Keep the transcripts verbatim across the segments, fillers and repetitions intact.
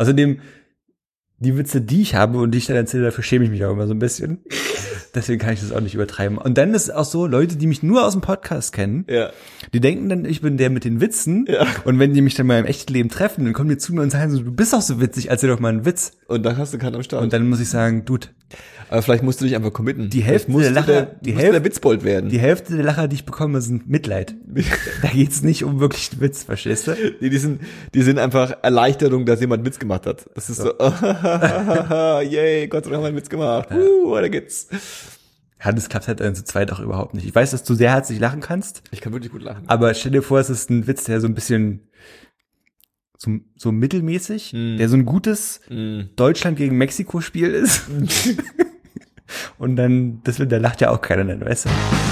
Außerdem, die Witze, die ich habe und die ich dann erzähle, dafür schäme ich mich auch immer so ein bisschen. Deswegen kann ich das auch nicht übertreiben. Und dann ist es auch so, Leute, die mich nur aus dem Podcast kennen, ja. die denken dann, ich bin der mit den Witzen. Ja. Und wenn die mich dann mal im echten Leben treffen, dann kommen die zu mir und sagen so, du bist auch so witzig, erzähl doch mal einen Witz. Und dann hast du keinen am Start. Und dann muss ich sagen, Dude. Aber vielleicht musst du dich einfach committen. Die Hälfte musst der Lacher, der, die musst Hälfte, der Witzbold werden. Die Hälfte der Lacher, die ich bekomme, sind Mitleid. Da geht's nicht um wirklich einen Witz, verstehst du? Die, die sind, die sind einfach Erleichterung, dass jemand einen Witz gemacht hat. Das ist so, yay, Gott sei Dank haben wir einen Witz gemacht. Ja. Uh, weiter geht's. Ja, das klappt halt dann zu zweit auch überhaupt nicht. Ich weiß, dass du sehr herzlich lachen kannst. Ich kann wirklich gut lachen. Aber stell dir vor, es ist ein Witz, der so ein bisschen so, so mittelmäßig, Mm. der so ein gutes Mm. Deutschland gegen Mexiko-Spiel ist. Und dann, das wird, da lacht ja auch keiner dann, weißt du?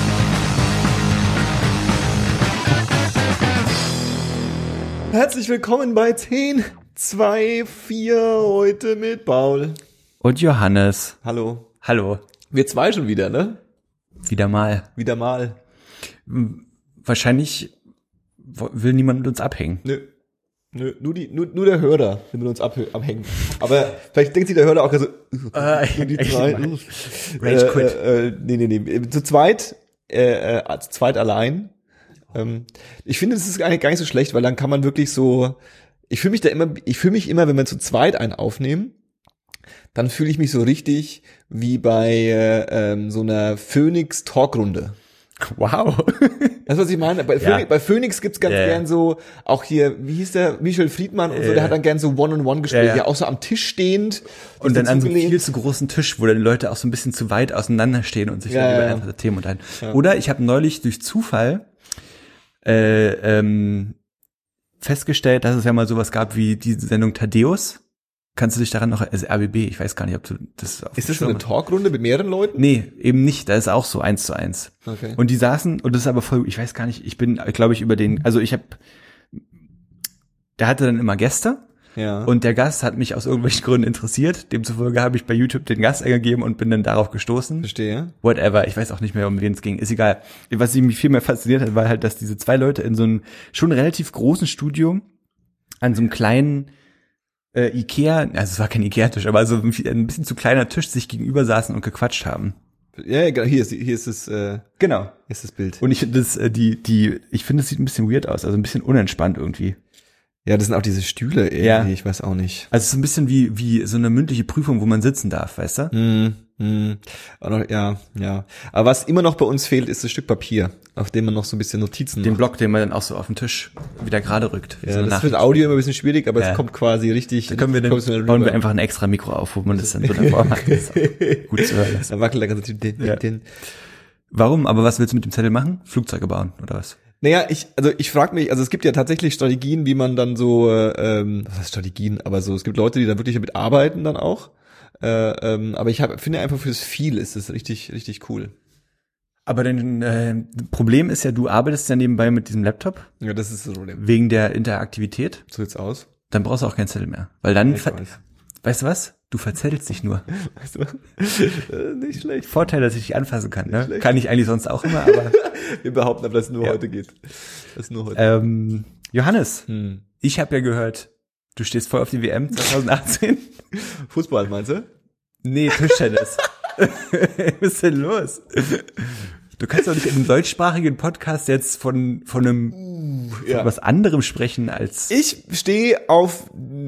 Herzlich willkommen bei zehn, zwei, vier, heute mit Paul. Und Johannes. Hallo. Hallo. Wir zwei schon wieder, ne? Wieder mal. Wieder mal. Wahrscheinlich will niemand mit uns abhängen. Nö. Nö, nur, die, nur, nur der Hörer will mit uns ab, abhängen. Aber vielleicht denkt sich der Hörer auch so, Äh, nur die zwei. Rage quit. Äh, äh, nee, nee, nee. Zu zweit, äh, äh, zu zweit allein. Ähm, ich finde, das ist gar nicht, gar nicht so schlecht, weil dann kann man wirklich so, ich fühle mich da immer, ich fühle mich immer, wenn wir zu zweit einen aufnehmen, dann fühle ich mich so richtig wie bei äh, ähm, so einer Phoenix-Talkrunde. Wow. Weißt du, was ich meine? Bei, Ja. Phoenix, bei Phoenix gibt's ganz Ja, ja. gern so, auch hier, wie hieß der, Michel Friedmann und so, der hat dann gern so One-on-One-Gespräche, Ja, ja. auch so am Tisch stehend. Und dann an so dazugelehnt. viel zu großen Tisch, wo dann die Leute auch so ein bisschen zu weit auseinander stehen und sich Ja, dann über ja. einfache Themen unterhalten. Ja. Oder ich habe neulich durch Zufall äh, ähm, festgestellt, dass es ja mal sowas gab wie die Sendung Thaddeus. Kannst du dich daran noch, also R B B, ich weiß gar nicht, ob du das auf Ist dem das so Schirm eine hast. Talkrunde mit mehreren Leuten? Nee, eben nicht, da ist auch so eins zu eins. Okay. Und die saßen, und das ist aber voll, ich weiß gar nicht, ich bin, glaube ich, über den, also ich habe, der hatte dann immer Gäste. Ja. Und der Gast hat mich aus irgendwelchen Gründen interessiert. Demzufolge habe ich bei YouTube den Gast eingegeben und bin dann darauf gestoßen. Verstehe. Whatever, ich weiß auch nicht mehr, um wen es ging. Ist egal. Was mich viel mehr fasziniert hat, war halt, dass diese zwei Leute in so einem schon relativ großen Studio an so einem kleinen äh, Ikea, also es war kein Ikea-Tisch, aber so ein, ein bisschen zu kleiner Tisch sich gegenüber saßen und gequatscht haben. Ja, ja, hier ist, hier ist das, äh, Genau. hier ist das Bild. Und ich finde das, äh, die, die, ich finde, es sieht ein bisschen weird aus, also ein bisschen unentspannt irgendwie. Ja, das sind auch diese Stühle irgendwie, Ja. ich weiß auch nicht. Also es ist ein bisschen wie, wie so eine mündliche Prüfung, wo man sitzen darf, weißt du? Hm, hm. Auch noch, ja, ja. Aber was immer noch bei uns fehlt, ist das Stück Papier, auf dem man noch so ein bisschen Notizen Den macht. Block, den man dann auch so auf den Tisch wieder gerade rückt. Wie so Ja, eine das ist für Nachricht. das Audio immer ein bisschen schwierig, aber Ja. es kommt quasi richtig. Da können wir dann, professionell bauen wir rüber. einfach ein extra Mikro auf, wo man das dann so davor macht. Das ist auch gut zu hören. Dann wackelt der ganze Typ den, Ja. den. Warum? Aber was willst du mit dem Zettel machen? Flugzeuge bauen, oder was? Naja, ich, also ich frage mich, also es gibt ja tatsächlich Strategien, wie man dann so, ähm, was heißt Strategien, aber so, es gibt Leute, die dann wirklich damit arbeiten dann auch. Äh, ähm, aber ich hab, finde einfach fürs Viel ist es richtig, richtig cool. Aber dein äh, Problem ist ja, du arbeitest ja nebenbei mit diesem Laptop Ja, das ist das Problem. wegen der Interaktivität. So sieht's aus. Dann brauchst du auch keinen Zettel mehr. Weil dann, Ich ver- weiß. weißt du was? Du verzettelst dich nur. Weißt du? äh, nicht schlecht. Vorteil, dass ich dich anfassen kann. Ne? schlecht. Kann ich eigentlich sonst auch immer, aber Wir behaupten aber, dass es nur Ja. heute geht. Das ist nur heute. ähm, Johannes, Hm. ich habe ja gehört, du stehst voll auf die W M zwanzig achtzehn. Fußball, meinst du? Nee, Tischtennis. Was ist denn los? Du kannst doch nicht in einem deutschsprachigen Podcast jetzt von von einem von ja. was anderem sprechen als Ich stehe auf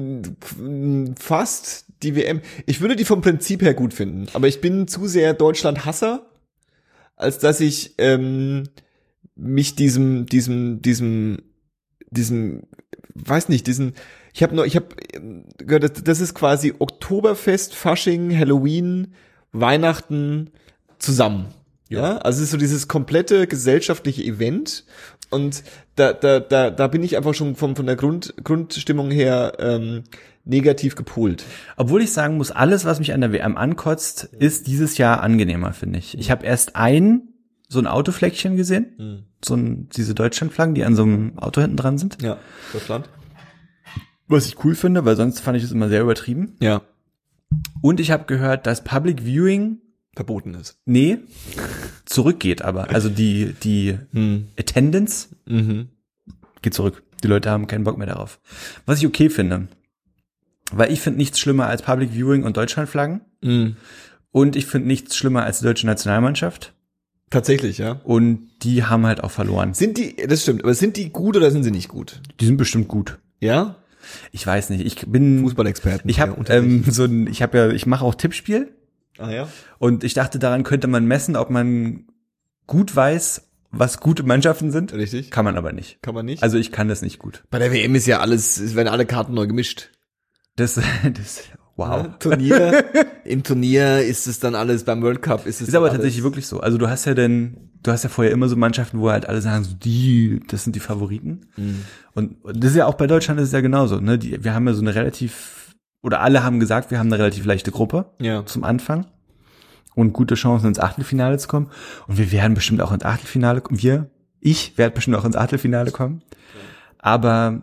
mm, fast die W M. Ich würde die vom Prinzip her gut finden, aber ich bin zu sehr Deutschland-Hasser, als dass ich ähm, mich diesem, diesem, diesem, diesem, weiß nicht, diesen. Ich habe nur, ich habe gehört, das, das ist quasi Oktoberfest, Fasching, Halloween, Weihnachten zusammen. Ja, also es ist so dieses komplette gesellschaftliche Event und da da da da bin ich einfach schon vom von der Grund Grundstimmung her ähm, negativ gepolt. Obwohl ich sagen muss, alles, was mich an der W M ankotzt, ist dieses Jahr angenehmer, finde ich. Ich habe erst ein so ein Autofleckchen gesehen, Mhm. so ein, diese Deutschlandflaggen, die an so einem Auto hinten dran sind. Ja, Deutschland. Was ich cool finde, weil sonst fand ich es immer sehr übertrieben. Ja, Und ich habe gehört, dass Public Viewing, verboten ist. nee, zurückgeht aber. Also die die Mhm. Attendance Mhm. geht zurück. Die Leute haben keinen Bock mehr darauf. Was ich okay finde. weil ich finde nichts schlimmer als Public Viewing und Deutschlandflaggen. Mhm. Und ich finde nichts schlimmer als die deutsche Nationalmannschaft. Tatsächlich, ja. Und die haben halt auch verloren. Sind die, das stimmt, aber sind die gut oder sind sie nicht gut? Die sind bestimmt gut. Ja? Ich weiß nicht, ich bin Fußballexperten. Ich habe ähm, so ein, ich habe ja, ich mache auch Tippspiel. Ah ja. Und ich dachte, daran könnte man messen, ob man gut weiß, was gute Mannschaften sind. Richtig. Kann man aber nicht. Kann man nicht. Also ich kann das nicht gut. Bei der W M ist ja alles, es werden alle Karten neu gemischt. Das, das, wow. Ja, Turnier, im Turnier ist es dann alles, beim World Cup ist es Ist aber alles. tatsächlich wirklich so. Also du hast ja denn, du hast ja vorher immer so Mannschaften, wo halt alle sagen, so die, das sind die Favoriten. Mhm. Und, und das ist ja auch bei Deutschland, das ist ja genauso. Ne? Die, wir haben ja so eine relativ, oder alle haben gesagt, wir haben eine relativ leichte Gruppe Ja. zum Anfang und gute Chancen ins Achtelfinale zu kommen. Und wir werden bestimmt auch ins Achtelfinale kommen. Wir, ich werde bestimmt auch ins Achtelfinale kommen. Aber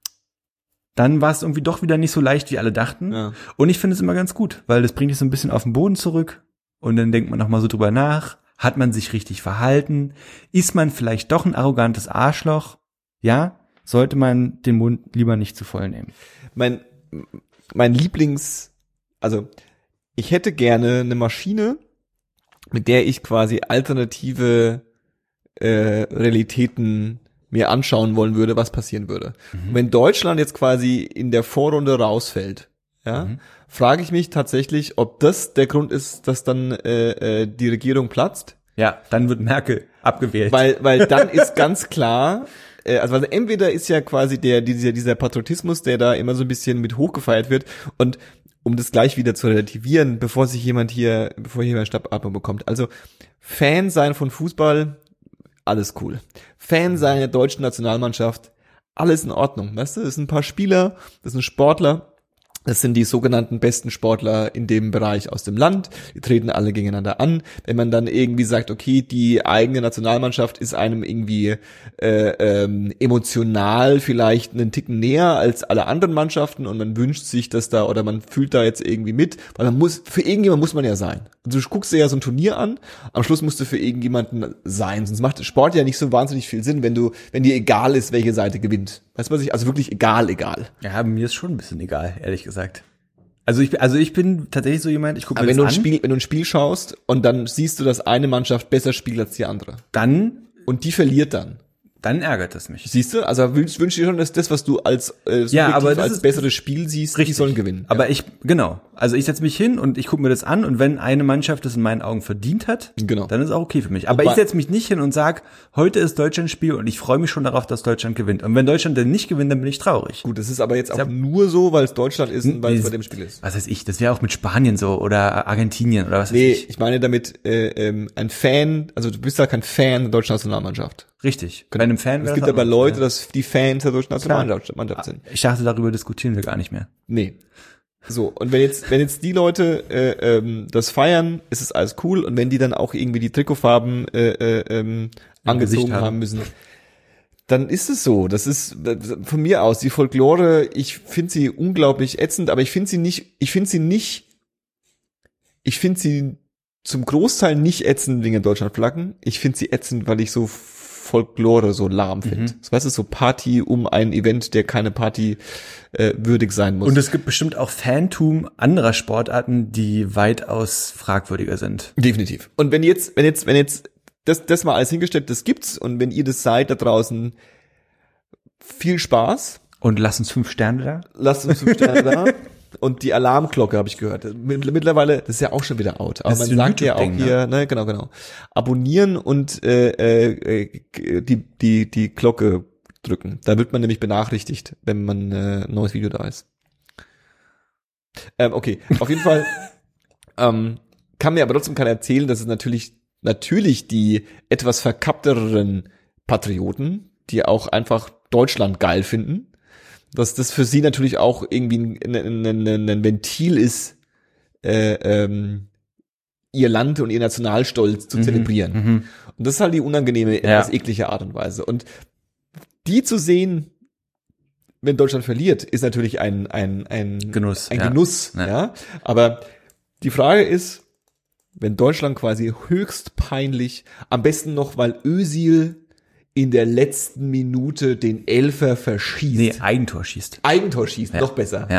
dann war es irgendwie doch wieder nicht so leicht, wie alle dachten. Ja. Und ich finde es immer ganz gut, weil das bringt dich so ein bisschen auf den Boden zurück. Und dann denkt man nochmal so drüber nach. Hat man sich richtig verhalten? Ist man vielleicht doch ein arrogantes Arschloch? Ja? Sollte man den Mund lieber nicht zu voll nehmen. Mein, mein Lieblings, also ich hätte gerne eine Maschine, mit der ich quasi alternative äh, Realitäten mir anschauen wollen würde, was passieren würde. Mhm. Und wenn Deutschland jetzt quasi in der Vorrunde rausfällt, ja, mhm. frage ich mich tatsächlich, ob das der Grund ist, dass dann äh, äh, die Regierung platzt. Ja, dann wird Merkel abgewählt. Weil, weil dann ist ganz klar, äh, also, also entweder ist ja quasi der dieser dieser Patriotismus, der da immer so ein bisschen mit hochgefeiert wird, und um das gleich wieder zu relativieren, bevor sich jemand hier, bevor hier jemand Schnappatmung bekommt. Also Fan sein von Fußball, alles cool. Fan sein der deutschen Nationalmannschaft, alles in Ordnung. Weißt du, das sind ein paar Spieler, das sind Sportler, das sind die sogenannten besten Sportler in dem Bereich aus dem Land. Die treten alle gegeneinander an. Wenn man dann irgendwie sagt, okay, die eigene Nationalmannschaft ist einem irgendwie äh, ähm, emotional vielleicht einen Ticken näher als alle anderen Mannschaften und man wünscht sich, dass da, oder man fühlt da jetzt irgendwie mit, weil man muss, für irgendjemand muss man ja sein. Also du guckst dir ja so ein Turnier an, am Schluss musst du für irgendjemanden sein, sonst macht Sport ja nicht so wahnsinnig viel Sinn, wenn du, wenn dir egal ist, welche Seite gewinnt. Weißt du was ich, also wirklich egal, egal. Ja, mir ist schon ein bisschen egal, ehrlich gesagt. Also ich, also ich bin tatsächlich so jemand, ich gucke mir Aber das wenn du ein an. Spiel, wenn du ein Spiel schaust und dann siehst du, dass eine Mannschaft besser spielt als die andere. Dann, Und die verliert dann. dann ärgert es mich. Siehst du? Also wünsch, wünsch dir schon, dass das, was du als, äh, Ja, aber das als ist- besseres Spiel siehst, Richtig. die sollen gewinnen. Aber ja. ich, genau. Also ich setze mich hin und ich gucke mir das an und wenn eine Mannschaft das in meinen Augen verdient hat, Genau. dann ist auch okay für mich. Aber Wobei- ich setze mich nicht hin und sag, heute ist Deutschland Spiel und ich freue mich schon darauf, dass Deutschland gewinnt. Und wenn Deutschland dann nicht gewinnt, dann bin ich traurig. Gut, das ist aber jetzt auch Ja. nur so, weil es Deutschland ist und weil es Nee, bei dem Spiel ist. Was weiß ich, das wäre auch mit Spanien so oder Argentinien oder was weiß Nee, ich. ich meine damit äh, ähm, ein Fan, also du bist ja kein Fan der deutschen Nationalmannschaft. Richtig. Bei einem Fan Es wäre gibt das aber anders, Leute, ja. dass die Fans der deutschen Nationalmannschaft Mannschaft sind. Ich dachte, darüber diskutieren wir gar nicht mehr. Nee. So, und wenn jetzt, wenn jetzt die Leute äh, ähm, das feiern, ist es alles cool. Und wenn die dann auch irgendwie die Trikotfarben äh, äh, ähm, angezogen Gesicht haben. haben müssen, dann ist es so. Das ist das- von mir aus die Folklore. Ich finde sie unglaublich ätzend, aber ich finde sie nicht. Ich finde sie nicht. Ich finde sie zum Großteil nicht ätzend wegen Deutschlandflaggen. Ich finde sie ätzend, weil ich so Folklore so lahm finde. Mhm. Das weißt du, so Party um ein Event, der keine Party äh, würdig sein muss. Und es gibt bestimmt auch Fantum anderer Sportarten, die weitaus fragwürdiger sind. Definitiv. Und wenn jetzt, wenn jetzt, wenn jetzt das, das mal alles hingestellt, das gibt's, und wenn ihr das seid da draußen, viel Spaß. Und lass uns fünf Sterne da. Lasst uns fünf Sterne da. Und die Alarmglocke habe ich gehört. Mittlerweile, das ist ja auch schon wieder out. Aber Das man ist so ein sagt ja auch YouTube-Ding, hier, ne, genau, genau. Abonnieren und äh, äh, die die die Glocke drücken. Da wird man nämlich benachrichtigt, wenn man äh, ein neues Video da ist. Ähm, okay, auf jeden Fall ähm, kann mir aber trotzdem keiner erzählen, dass es natürlich natürlich die etwas verkappteren Patrioten, die auch einfach Deutschland geil finden, dass das für sie natürlich auch irgendwie ein, ein, ein, ein Ventil ist, äh, ähm, ihr Land und ihr Nationalstolz zu Mhm, zelebrieren. mhm. Und das ist halt die unangenehme, Ja. etwas eklige Art und Weise. Und die zu sehen, wenn Deutschland verliert, ist natürlich ein ein ein Genuss, ein ja. Genuss, ja. Ja. Aber die Frage ist, wenn Deutschland quasi höchst peinlich, am besten noch, weil Özil in der letzten Minute den Elfer verschießt. Nee, Eigentor schießt. Eigentor schießt, Ja. noch besser. Ja.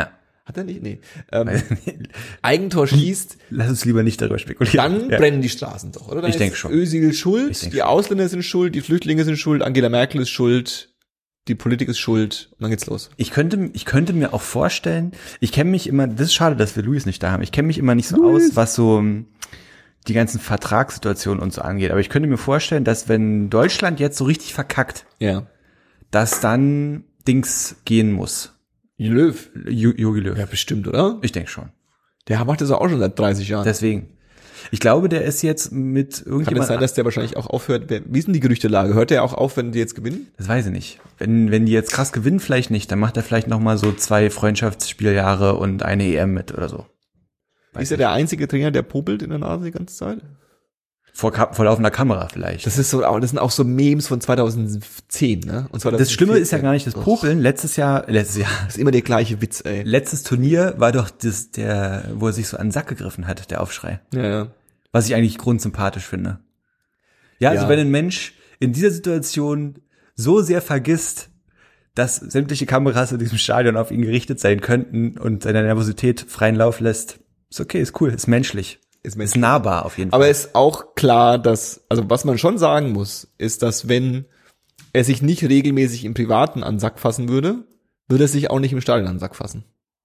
Hat er nicht? Nee. Ähm, Eigentor schießt. Lass uns lieber nicht darüber spekulieren. Dann ja. brennen die Straßen doch, oder? Dann ich denke schon. Özil schuld, ich denk die Ausländer sind schuld, die Flüchtlinge sind schuld, Angela Merkel ist schuld, die Politik ist schuld und dann geht's los. Ich könnte, ich könnte mir auch vorstellen, ich kenne mich immer, das ist schade, dass wir Luis nicht da haben, ich kenne mich immer nicht so Luis. aus, was so die ganzen Vertragssituationen und so angeht, aber ich könnte mir vorstellen, dass wenn Deutschland jetzt so richtig verkackt, ja. dass dann Dings gehen muss. Löw. Jogi Löw. Ja, bestimmt, oder? Ich denke schon. Der macht das auch schon seit dreißig Jahren. Deswegen. Ich glaube, der ist jetzt mit irgendjemand... Kann es sein, dass der wahrscheinlich auch aufhört? Wie ist denn die Gerüchtelage? Hört der auch auf, wenn die jetzt gewinnen? Das weiß ich nicht. Wenn, wenn die jetzt krass gewinnen, vielleicht nicht. Dann macht er vielleicht noch mal so zwei Freundschaftsspieljahre und eine E M mit oder so. Weiß ist er der einzige Trainer, der popelt in der Nase die ganze Zeit? Vor, vor laufender Kamera vielleicht. Das ist so, das sind auch so Memes von zweitausendzehn, ne? Und zweitausendvierzehn. Das Schlimme ist ja gar nicht das Popeln. Letztes Jahr, letztes Jahr. Das ist immer der gleiche Witz, ey. Letztes Turnier war doch das, der, wo er sich so an den Sack gegriffen hat, der Aufschrei. Ja, ja. Was ich eigentlich grundsympathisch finde. Ja, also Ja. wenn ein Mensch in dieser Situation so sehr vergisst, dass sämtliche Kameras in diesem Stadion auf ihn gerichtet sein könnten und seine Nervosität freien Lauf lässt, ist okay, ist cool, ist menschlich. Ist Ist nahbar auf jeden Fall. Aber ist auch klar, dass, also was man schon sagen muss, ist, dass wenn er sich nicht regelmäßig im Privaten an den Sack fassen würde, würde er sich auch nicht im Stadion an den Sack fassen.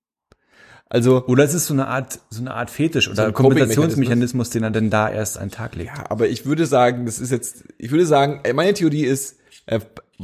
Also, Oder es ist so eine Art, so eine Art Fetisch oder So ein Kompensationsmechanismus, den er dann da erst an den Tag legt. ja, aber ich würde sagen, das ist jetzt, ich würde sagen, meine Theorie ist, äh,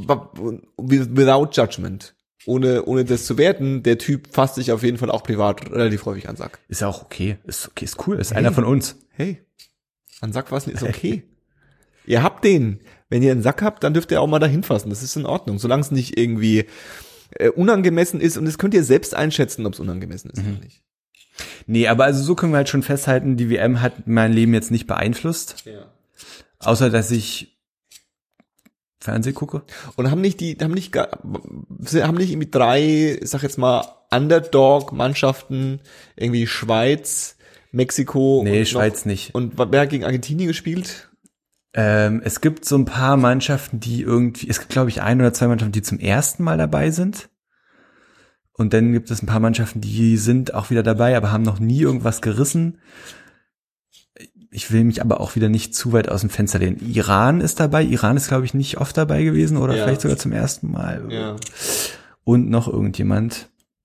without judgment. Ohne, ohne das zu werten, der Typ fasst sich auf jeden Fall auch privat relativ häufig an den Sack. Ist ja auch okay, ist okay, ist cool, ist Hey. einer von uns. Hey, an den Sack fassen ist okay. Ihr habt den. Wenn ihr einen Sack habt, dann dürft ihr auch mal dahin fassen. Das ist in Ordnung. Solange es nicht irgendwie äh, unangemessen ist. Und das könnt ihr selbst einschätzen, ob es unangemessen ist Mhm. oder nicht. Nee, aber also so können wir halt schon festhalten, die W M hat mein Leben jetzt nicht beeinflusst. Ja. Außer, dass ich Fernseh gucke. Und haben nicht die, haben nicht, gar- haben nicht irgendwie drei, ich sag jetzt mal, Underdog-Mannschaften, irgendwie Schweiz, Mexiko. Nee, und Schweiz noch, nicht. Und wer hat gegen Argentinien gespielt? Ähm, es gibt so ein paar Mannschaften, die irgendwie, es gibt glaube ich ein oder zwei Mannschaften, die zum ersten Mal dabei sind. Und dann gibt es ein paar Mannschaften, die sind auch wieder dabei, aber haben noch nie irgendwas gerissen. Ich will mich aber auch wieder nicht zu weit aus dem Fenster lehnen. Iran ist dabei. Iran ist, glaube ich, nicht oft dabei gewesen oder Ja. vielleicht sogar zum ersten Mal. Ja. Und noch irgendjemand.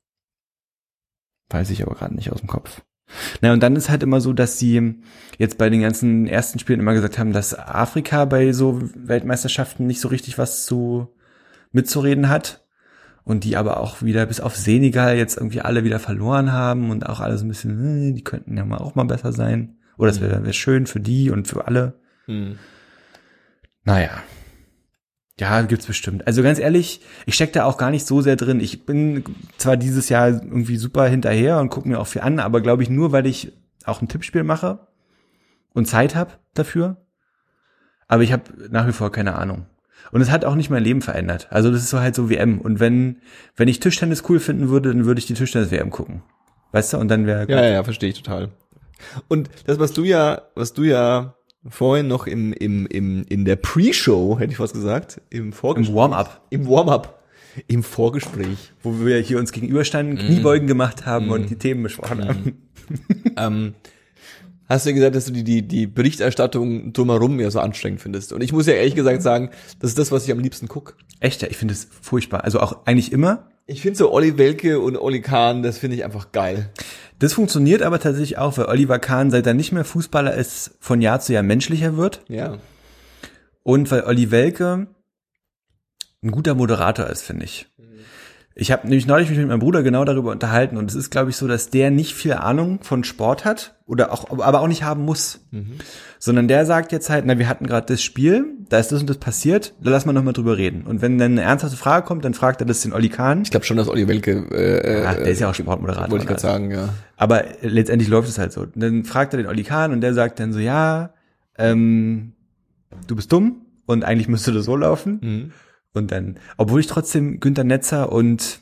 Weiß ich aber gerade nicht aus dem Kopf. Na, und dann ist halt immer so, dass sie jetzt bei den ganzen ersten Spielen immer gesagt haben, dass Afrika bei so Weltmeisterschaften nicht so richtig was zu mitzureden hat. Und die aber auch wieder bis auf Senegal jetzt irgendwie alle wieder verloren haben und auch alle so ein bisschen, äh, die könnten ja mal auch mal besser sein. Oder es wäre wär schön für die und für alle. Hm. Naja. Ja, gibt's bestimmt. Also ganz ehrlich, ich steck da auch gar nicht so sehr drin. Ich bin zwar dieses Jahr irgendwie super hinterher und gucke mir auch viel an, aber glaube ich nur, weil ich auch ein Tippspiel mache und Zeit habe dafür. Aber ich habe nach wie vor keine Ahnung. Und es hat auch nicht mein Leben verändert. Also das ist so halt so W M. Und wenn wenn ich Tischtennis cool finden würde, dann würde ich die Tischtennis-W M gucken. Weißt du? Und dann wäre Ja, ja, ja, verstehe ich total. Und das, was du ja, was du ja vorhin noch im, im, im, in der Pre-Show, hätte ich fast gesagt, im Vorgespräch. im Warm-up, Im Warm-up. Im Vorgespräch. wo wir hier uns gegenüberstanden, Kniebeugen gemacht haben und die Themen besprochen haben. ähm, hast du ja gesagt, dass du die, die, die Berichterstattung drumherum ja so anstrengend findest. Und ich muss ja ehrlich gesagt sagen, das ist das, was ich am liebsten gucke. Echt, ja, ich finde es furchtbar. Also auch eigentlich immer. Ich finde so Olli Welke und Olli Kahn, das finde ich einfach geil. Das funktioniert aber tatsächlich auch, weil Oliver Kahn, seit er nicht mehr Fußballer ist, von Jahr zu Jahr menschlicher wird. Ja. Und weil Olli Welke ein guter Moderator ist, finde ich. Ich habe nämlich neulich mich mit meinem Bruder genau darüber unterhalten und es ist, glaube ich, so, dass der nicht viel Ahnung von Sport hat oder auch, aber auch nicht haben muss, Mhm. sondern der sagt jetzt halt, na, wir hatten gerade das Spiel, da ist das und das passiert, da lass mal noch mal drüber reden. Und wenn dann eine ernsthafte Frage kommt, dann fragt er das den Olli Kahn. Ich glaube schon, dass Olli Welke, äh, Ja, der ist ja auch äh, Sportmoderator. wollte ich gerade also. sagen, ja. Aber letztendlich läuft es halt so. Und dann fragt er den Olli Kahn und der sagt dann so, ja, ähm, du bist dumm und eigentlich müsste das so laufen. Mhm. Und dann, obwohl ich trotzdem Günter Netzer und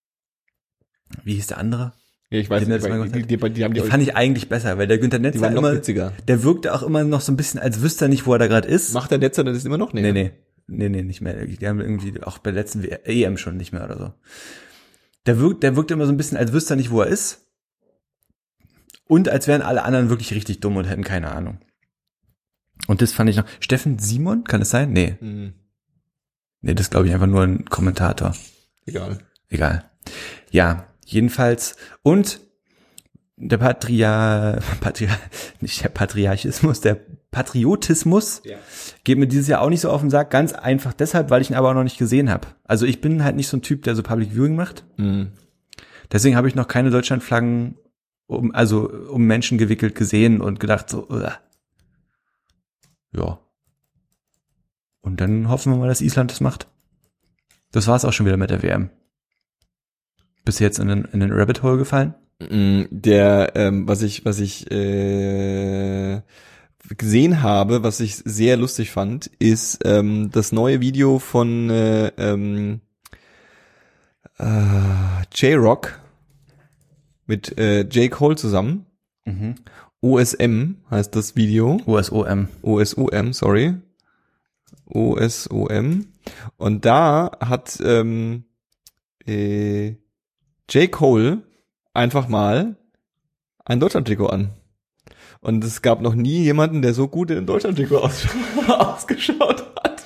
wie hieß der andere? Ja, ich weiß Den er nicht, das mal weil die, gemacht die, die haben Die die, fand ich eigentlich besser, weil der Günter die Netzer waren noch immer, witziger. der wirkte auch immer noch so ein bisschen, als wüsste er nicht, wo er da gerade ist. Macht der Netzer das immer noch? Nee, nee, nee, nee, nicht mehr. Die haben irgendwie auch bei der letzten E M schon nicht mehr oder so. Der wirkt, der wirkt immer so ein bisschen, als wüsste er nicht, wo er ist. Und als wären alle anderen wirklich richtig dumm und hätten keine Ahnung. Und das fand ich noch. Steffen Simon, kann es sein? Nee. Mhm. Nee, das glaube ich einfach nur ein Kommentator. Egal. Egal. Ja, jedenfalls. Und der Patria, Patria, nicht der Patriarchismus, der Patriotismus Ja. geht mir dieses Jahr auch nicht so auf den Sack. Ganz einfach deshalb, weil ich ihn aber auch noch nicht gesehen habe. Also ich bin halt nicht so ein Typ, der so Public Viewing macht. Mhm. Deswegen habe ich noch keine Deutschlandflaggen um, also um Menschen gewickelt gesehen und gedacht so, uh. ja. Und dann hoffen wir mal, dass Island das macht. Das war's auch schon wieder mit der W M. Bist du jetzt in den, in den Rabbit Hole gefallen? Der, ähm, was ich, was ich äh, gesehen habe, was ich sehr lustig fand, ist ähm, das neue Video von äh, ähm, äh, J-Rock mit äh, J. Cole zusammen. Mhm. O S M heißt das Video. O S O M. O S O M, sorry. O S O M. Und da hat ähm, äh, J. Cole einfach mal ein Deutschland-Trikot an. Und es gab noch nie jemanden, der so gut in ein Deutschland-Trikot aus ausgeschaut hat.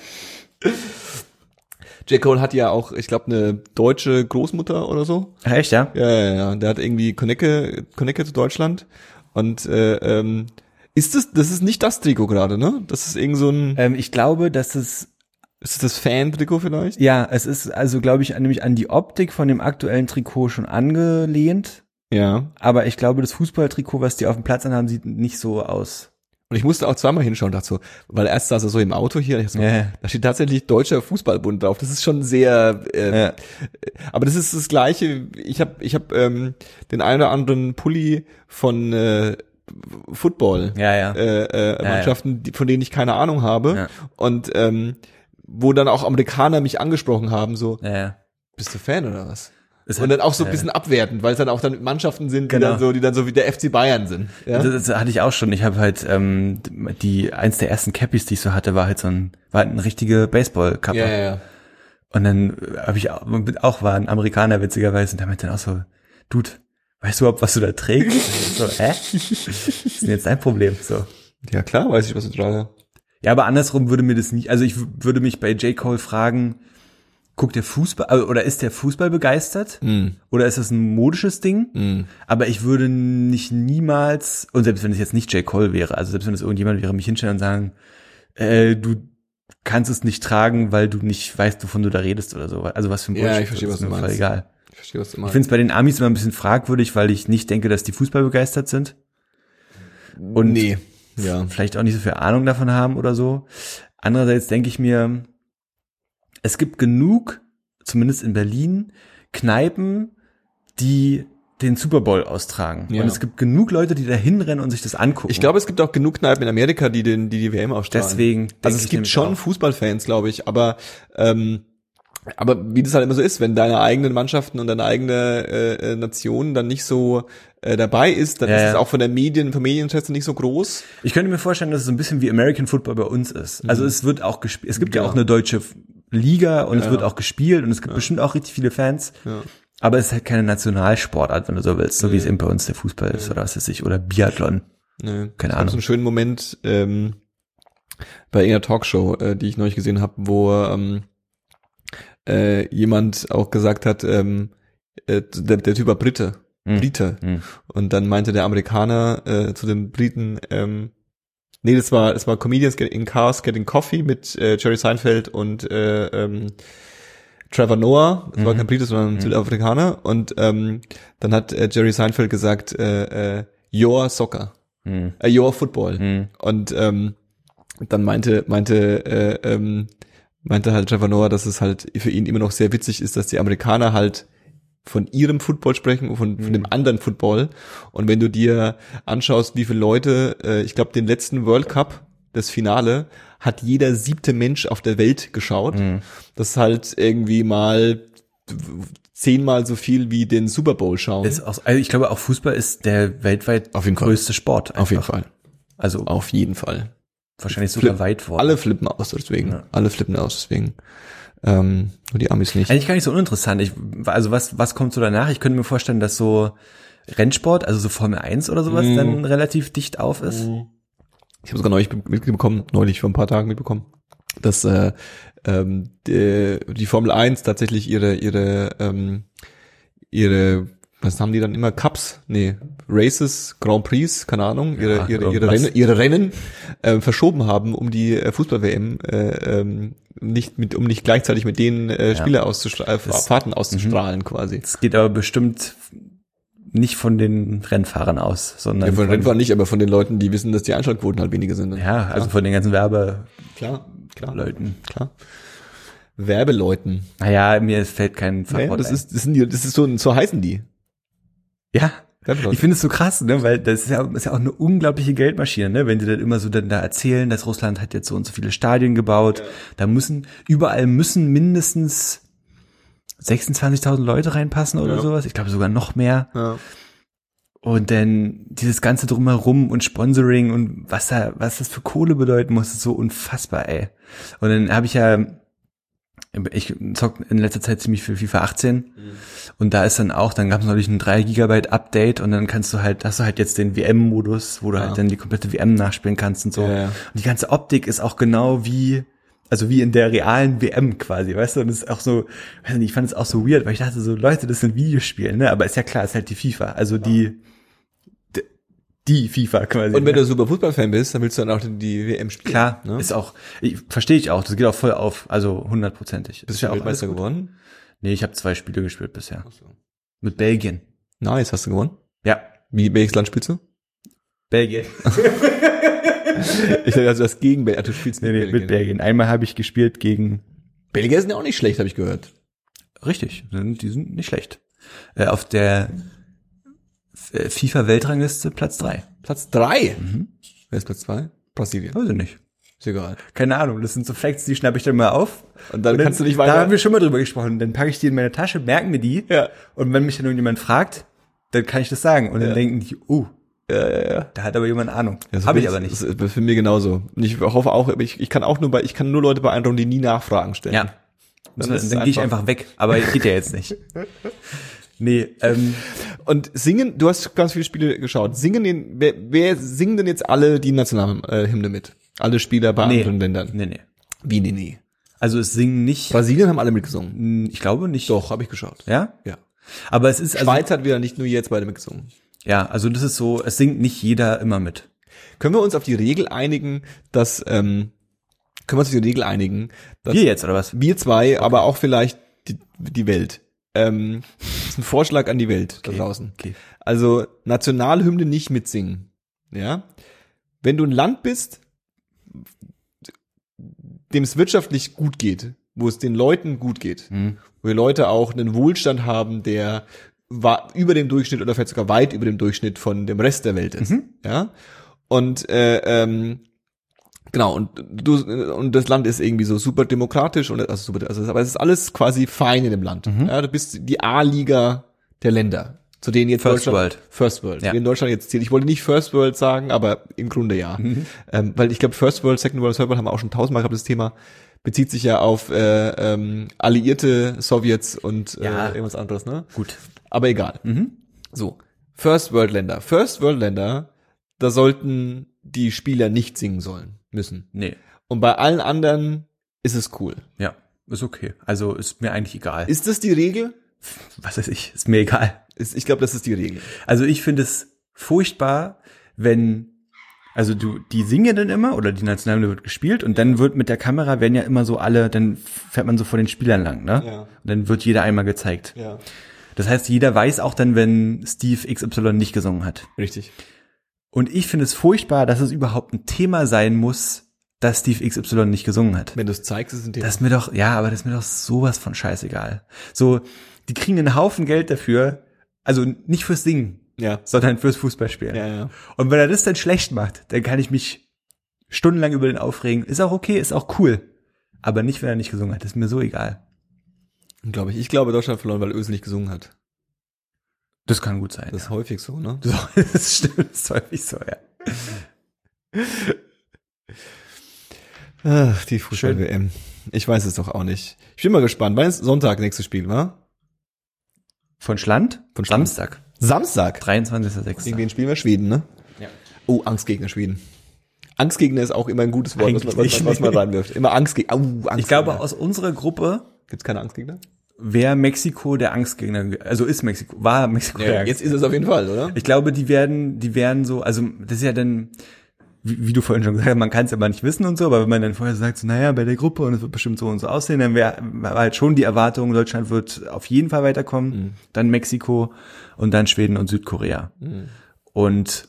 J. Cole hat ja auch, ich glaube, eine deutsche Großmutter oder so. Ach, echt, ja? Ja, ja, ja. Der hat irgendwie Connecte, Connecte zu Deutschland. Und äh, ähm, ist das, das ist nicht das Trikot gerade, ne? Das ist irgend so ein, Ähm, ich glaube, dass es, ist das Fan-Trikot vielleicht? ja, es ist also, glaube ich, nämlich an die Optik von dem aktuellen Trikot schon angelehnt. Ja. Aber ich glaube, das Fußballtrikot, was die auf dem Platz anhaben, sieht nicht so aus. Und ich musste auch zweimal hinschauen, dachte so, weil erst saß er so im Auto hier, und ich so, Ja. da steht tatsächlich Deutscher Fußballbund drauf. Das ist schon sehr, äh, Ja. aber das ist das Gleiche. Ich habe, ich habe ähm, den einen oder anderen Pulli von äh, Football Ja, ja. äh, äh, Ja, Mannschaften, die, von denen ich keine Ahnung habe, Ja. und ähm, wo dann auch Amerikaner mich angesprochen haben, so, Ja, ja. bist du Fan oder was? Es Und hat- dann auch so ein ja. bisschen abwertend, weil es dann auch dann Mannschaften sind, die Genau. dann so, die dann so wie der F C Bayern sind. Ja? Das, das hatte ich auch schon. Ich habe halt ähm, die eins der ersten Cappies, die ich so hatte, war halt so ein war halt eine richtige Baseball-Kappe. ja, ja, ja. Und dann habe ich auch, auch war ein Amerikaner witzigerweise und der meinte dann auch so, Dude, weißt du überhaupt, was du da trägst? so, hä? Was ist denn jetzt dein Problem? So. Ja, klar, weiß ich, was ich trage. Ja, aber andersrum würde mir das nicht, also ich w- würde mich bei J. Cole fragen, guckt der Fußball, äh, oder ist der Fußball begeistert? Mm. Oder ist das ein modisches Ding? Mm. Aber ich würde nicht niemals, und selbst wenn es jetzt nicht J. Cole wäre, also selbst wenn es irgendjemand wäre, mich hinstellen und sagen, äh, du kannst es nicht tragen, weil du nicht weißt, wovon du da redest oder so. Also was für ein Ja, Bullshit, ich verstehe, das was ist du mir voll meinst. egal. Ich verstehe, was du Ich meinst. finde es bei den Amis immer ein bisschen fragwürdig, weil ich nicht denke, dass die Fußball begeistert sind. Und nee. Ja. vielleicht auch nicht so viel Ahnung davon haben oder so. Andererseits denke ich mir, es gibt genug, zumindest in Berlin, Kneipen, die den Super Bowl austragen. Ja. Und es gibt genug Leute, die da hinrennen und sich das angucken. Ich glaube, es gibt auch genug Kneipen in Amerika, die den, die die W M ausstrahlen. Deswegen denke Also es ich gibt nämlich schon auch. Fußballfans, glaube ich, aber ähm, aber wie das halt immer so ist, wenn deine eigenen Mannschaften und deine eigene äh, äh, Nation dann nicht so äh, dabei ist, dann Ja, ist ja. es auch von der Medien, vom Medieninteresse nicht so groß. Ich könnte mir vorstellen, dass es so ein bisschen wie American Football bei uns ist. Also es wird auch gespielt. Es gibt ja, Ja. auch eine deutsche Liga und Ja. es wird auch gespielt und es gibt bestimmt auch richtig viele Fans. Ja. Aber es ist halt keine Nationalsportart, wenn du so willst, so wie es eben bei uns der Fußball ist oder was weiß ich, oder Biathlon. Nee. Keine Es gab Ahnung. so einen schönen Moment ähm, bei irgendeiner Talkshow, äh, die ich neulich gesehen habe, wo ähm, äh, jemand auch gesagt hat, ähm, äh, der, der Typ war Brite, Hm. Brite. Hm. Und dann meinte der Amerikaner äh, zu den Briten, ähm, nee, das war, das war Comedians in Cars Getting Coffee mit äh, Jerry Seinfeld und äh, ähm, Trevor Noah. Das war Mhm. kein Brite, sondern ein Südafrikaner. Und ähm, dann hat äh, Jerry Seinfeld gesagt, äh, äh, your soccer, Hm. äh, your football. Hm. Und ähm, dann meinte, meinte, äh, ähm, meinte halt Trevor Noah, dass es halt für ihn immer noch sehr witzig ist, dass die Amerikaner halt von ihrem Football sprechen und von, von dem anderen Football. Und wenn du dir anschaust, wie viele Leute, äh, ich glaube, den letzten World Cup, das Finale, hat jeder siebte Mensch auf der Welt geschaut. Mhm. Das ist halt irgendwie mal zehnmal so viel wie den Super Bowl schauen. Ist auch, also ich glaube, auch Fußball ist der weltweit Auf jeden Fall. größte Sport. Einfach. Auf jeden Fall. Also Auf jeden Fall. wahrscheinlich sogar Flip- weit vor. Alle flippen aus deswegen. Ja. Alle flippen aus deswegen. Ähm, nur die Amis nicht. Eigentlich gar nicht so uninteressant. Ich, also was, was kommt so danach? Ich könnte mir vorstellen, dass so Rennsport, also so Formel eins oder sowas, Mm. dann relativ dicht auf ist. Ich habe sogar neulich mitbekommen, neulich vor ein paar Tagen mitbekommen, dass äh, ähm, die, die Formel eins tatsächlich ihre ihre ähm, ihre was haben die dann immer Cups, nee, Races, Grand Prix, keine Ahnung, ihre Ja, ihre ihre irgendwas. Rennen, ihre Rennen äh, verschoben haben, um die äh, Fußball-W M äh, ähm, nicht mit um nicht gleichzeitig mit den äh, Spieler auszustrahlen, äh, Fahrten auszustrahlen quasi. Es geht aber bestimmt nicht von den Rennfahrern aus, sondern Ja, von den Rennfahrern nicht, aber von den Leuten, die wissen, dass die Einschaltquoten halt weniger sind. ja, also von den ganzen Werbeleuten. klar, klar, Leuten. klar. Werbeleuten. Naja, mir fällt kein Nee, Fachwort das ein. ist, das sind die, das ist so, so heißen die. Ja, Werbeleute. ich finde es so krass, ne, weil das ist ja, ist ja auch eine unglaubliche Geldmaschine, ne, wenn die dann immer so dann da erzählen, dass Russland hat jetzt so und so viele Stadien gebaut, Ja. da müssen, überall müssen mindestens sechsundzwanzigtausend Leute reinpassen oder Ja. sowas, ich glaube sogar noch mehr. Ja. Und dann dieses ganze Drumherum und Sponsoring und was da, was das für Kohle bedeuten muss, ist so unfassbar, ey. Und dann habe ich ja, ich zock in letzter Zeit ziemlich viel FIFA achtzehn Mhm. und da ist dann auch, dann gab es natürlich ein drei Gigabyte Update und dann kannst du halt, hast du halt jetzt den W M-Modus, wo du Ja. halt dann die komplette W M nachspielen kannst und so. Ja, ja. Und die ganze Optik ist auch genau wie, also wie in der realen W M quasi, weißt du, und das ist auch so, weiß nicht, ich fand es auch so weird, weil ich dachte so, Leute, das sind Videospiele, ne, aber ist ja klar, ist halt die FIFA, also die, die, die FIFA quasi. Und wenn ne? du super Fußballfan bist, dann willst du dann auch die W M spielen. Klar, ne? ist auch, ich, verstehe ich auch, das geht auch voll auf, also hundertprozentig. Bist Ist du ja auch Weltmeister alles gut. geworden? Nee, ich habe zwei Spiele gespielt bisher. Ach so. Mit Belgien. Nice, hast du gewonnen? Ja, Wie, welches Land spielst du? Belgien. Ich dachte, also das gegen Belgien. Du spielst Nee, nee, mit Belgien. Einmal habe ich gespielt gegen, Belgier sind ja auch nicht schlecht, habe ich gehört. richtig, sind- die sind nicht schlecht. Äh, auf der äh, FIFA-Weltrangliste Platz drei. Platz drei. Mhm. Wer ist Platz zwei? Brasilien. Weiß ich nicht. Ist egal. Keine Ahnung, das sind so Facts, die schnappe ich dann mal auf. Und dann kannst du nicht weiter- Da haben wir schon mal drüber gesprochen. Dann packe ich die in meine Tasche, merken mir die. Ja. Und wenn mich dann irgendjemand fragt, dann kann ich das sagen. Und dann Ja. denken die, uh, Ja, ja, ja. da hat aber jemand Ahnung. Das Habe bin ich aber nicht. Das ist für mich genauso. Und ich hoffe auch, aber ich, ich kann auch nur bei, ich kann nur Leute beeindrucken, die nie Nachfragen stellen. Ja. Dann Dann, ist es dann gehe ich einfach- einfach weg. Aber geht ja jetzt nicht. Nee, ähm, Und singen, du hast ganz viele Spiele geschaut. Singen den, wer, wer singen denn jetzt alle die Nationalhymne mit? Alle Spieler bei nee. anderen Ländern? Nee, nee. Wie, nee, nee. Also es singen nicht, Brasilien haben alle mitgesungen. Hm, ich glaube nicht. Doch, habe ich geschaut. Ja? Ja. Aber es ist, also, Schweiz hat wieder nicht nur jetzt beide mitgesungen. ja, also das ist so, es singt nicht jeder immer mit. Können wir uns auf die Regel einigen, dass, ähm, können wir uns auf die Regel einigen, dass Wir jetzt, oder was? wir zwei, aber auch vielleicht die, die Welt. Ähm, das ist ein Vorschlag an die Welt da Okay. draußen. Okay. Also Nationalhymne nicht mitsingen. Ja. Wenn du ein Land bist, dem es wirtschaftlich gut geht, wo es den Leuten gut geht, Hm. wo die Leute auch einen Wohlstand haben, der wa- über dem Durchschnitt oder vielleicht sogar weit über dem Durchschnitt von dem Rest der Welt ist. Mhm. Ja. Und äh, ähm, genau, und du und das Land ist irgendwie so super demokratisch und also super, also aber es ist alles quasi fein in dem Land. Mhm. Ja, du bist die A-Liga der Länder, zu denen jetzt First Deutschland World. First World, Ja. zu denen Deutschland jetzt zählt. Ich wollte nicht First World sagen, aber im Grunde ja. Mhm. Ähm, weil ich glaube First World, Second World, Third World haben wir auch schon tausendmal gehabt, das Thema bezieht sich ja auf äh, ähm, alliierte Sowjets und äh, Ja. irgendwas anderes, ne? Gut. Aber egal. Mhm. So, First World Länder. First World Länder, da sollten die Spieler nicht singen sollen müssen. Nee. Und bei allen anderen ist es cool. Ja, ist okay. Also ist mir eigentlich egal. Ist das die Regel? Was weiß ich, ist mir egal. Ist, ich glaube, das ist die Regel. Also ich finde es furchtbar, wenn, also du, die singen dann immer oder die Nationalhymne wird gespielt und dann wird mit der Kamera werden ja immer so alle, dann fährt man so vor den Spielern lang, ne? Ja. Und dann wird jeder einmal gezeigt. Ja. Das heißt, jeder weiß auch dann, wenn Steve X Y nicht gesungen hat. Richtig. Und ich finde es furchtbar, dass es überhaupt ein Thema sein muss, dass Steve X Y nicht gesungen hat. Wenn du es zeigst, ist es ein Thema. Das ist mir doch, ja, aber das ist mir doch sowas von scheißegal. So, die kriegen einen Haufen Geld dafür, also nicht fürs Singen, ja. sondern fürs Fußballspielen. Ja, ja. Und wenn er das dann schlecht macht, dann kann ich mich stundenlang über den aufregen. Ist auch okay, ist auch cool. Aber nicht, wenn er nicht gesungen hat. Das ist mir so egal. Glaube ich. Ich glaube, Deutschland verloren, weil Özil nicht gesungen hat. Das kann gut sein. Das ist häufig so, ne? ja. Das stimmt, das ist häufig so, ja. Ach, die Fußball-W M. Ich weiß es doch auch nicht. Ich bin mal gespannt. Wann ist Sonntag nächstes Spiel, wa? Von Schland? Von Schland. Samstag. Samstag? dreiundzwanzigster sechster Gegen wen spielen wir? Schweden, ne? Ja. Oh, Angstgegner Schweden. Angstgegner ist auch immer ein gutes Wort, was man, was, man, was man reinwirft. Immer Angstgegner. Oh, Angstgegner. Ich glaube, aus unserer Gruppe gibt's keine Angstgegner? wäre Mexiko der Angstgegner, also ist Mexiko, war Mexiko Ja, der Angstgegner. jetzt ist es auf jeden Fall, oder? Ich glaube, die werden, die werden so, also das ist ja dann, wie, wie du vorhin schon gesagt hast, man kann es aber nicht wissen und so, aber wenn man dann vorher sagt, so, naja, bei der Gruppe und es wird bestimmt so und so aussehen, dann wäre war halt schon die Erwartung, Deutschland wird auf jeden Fall weiterkommen, mhm. dann Mexiko und dann Schweden und Südkorea. Mhm. Und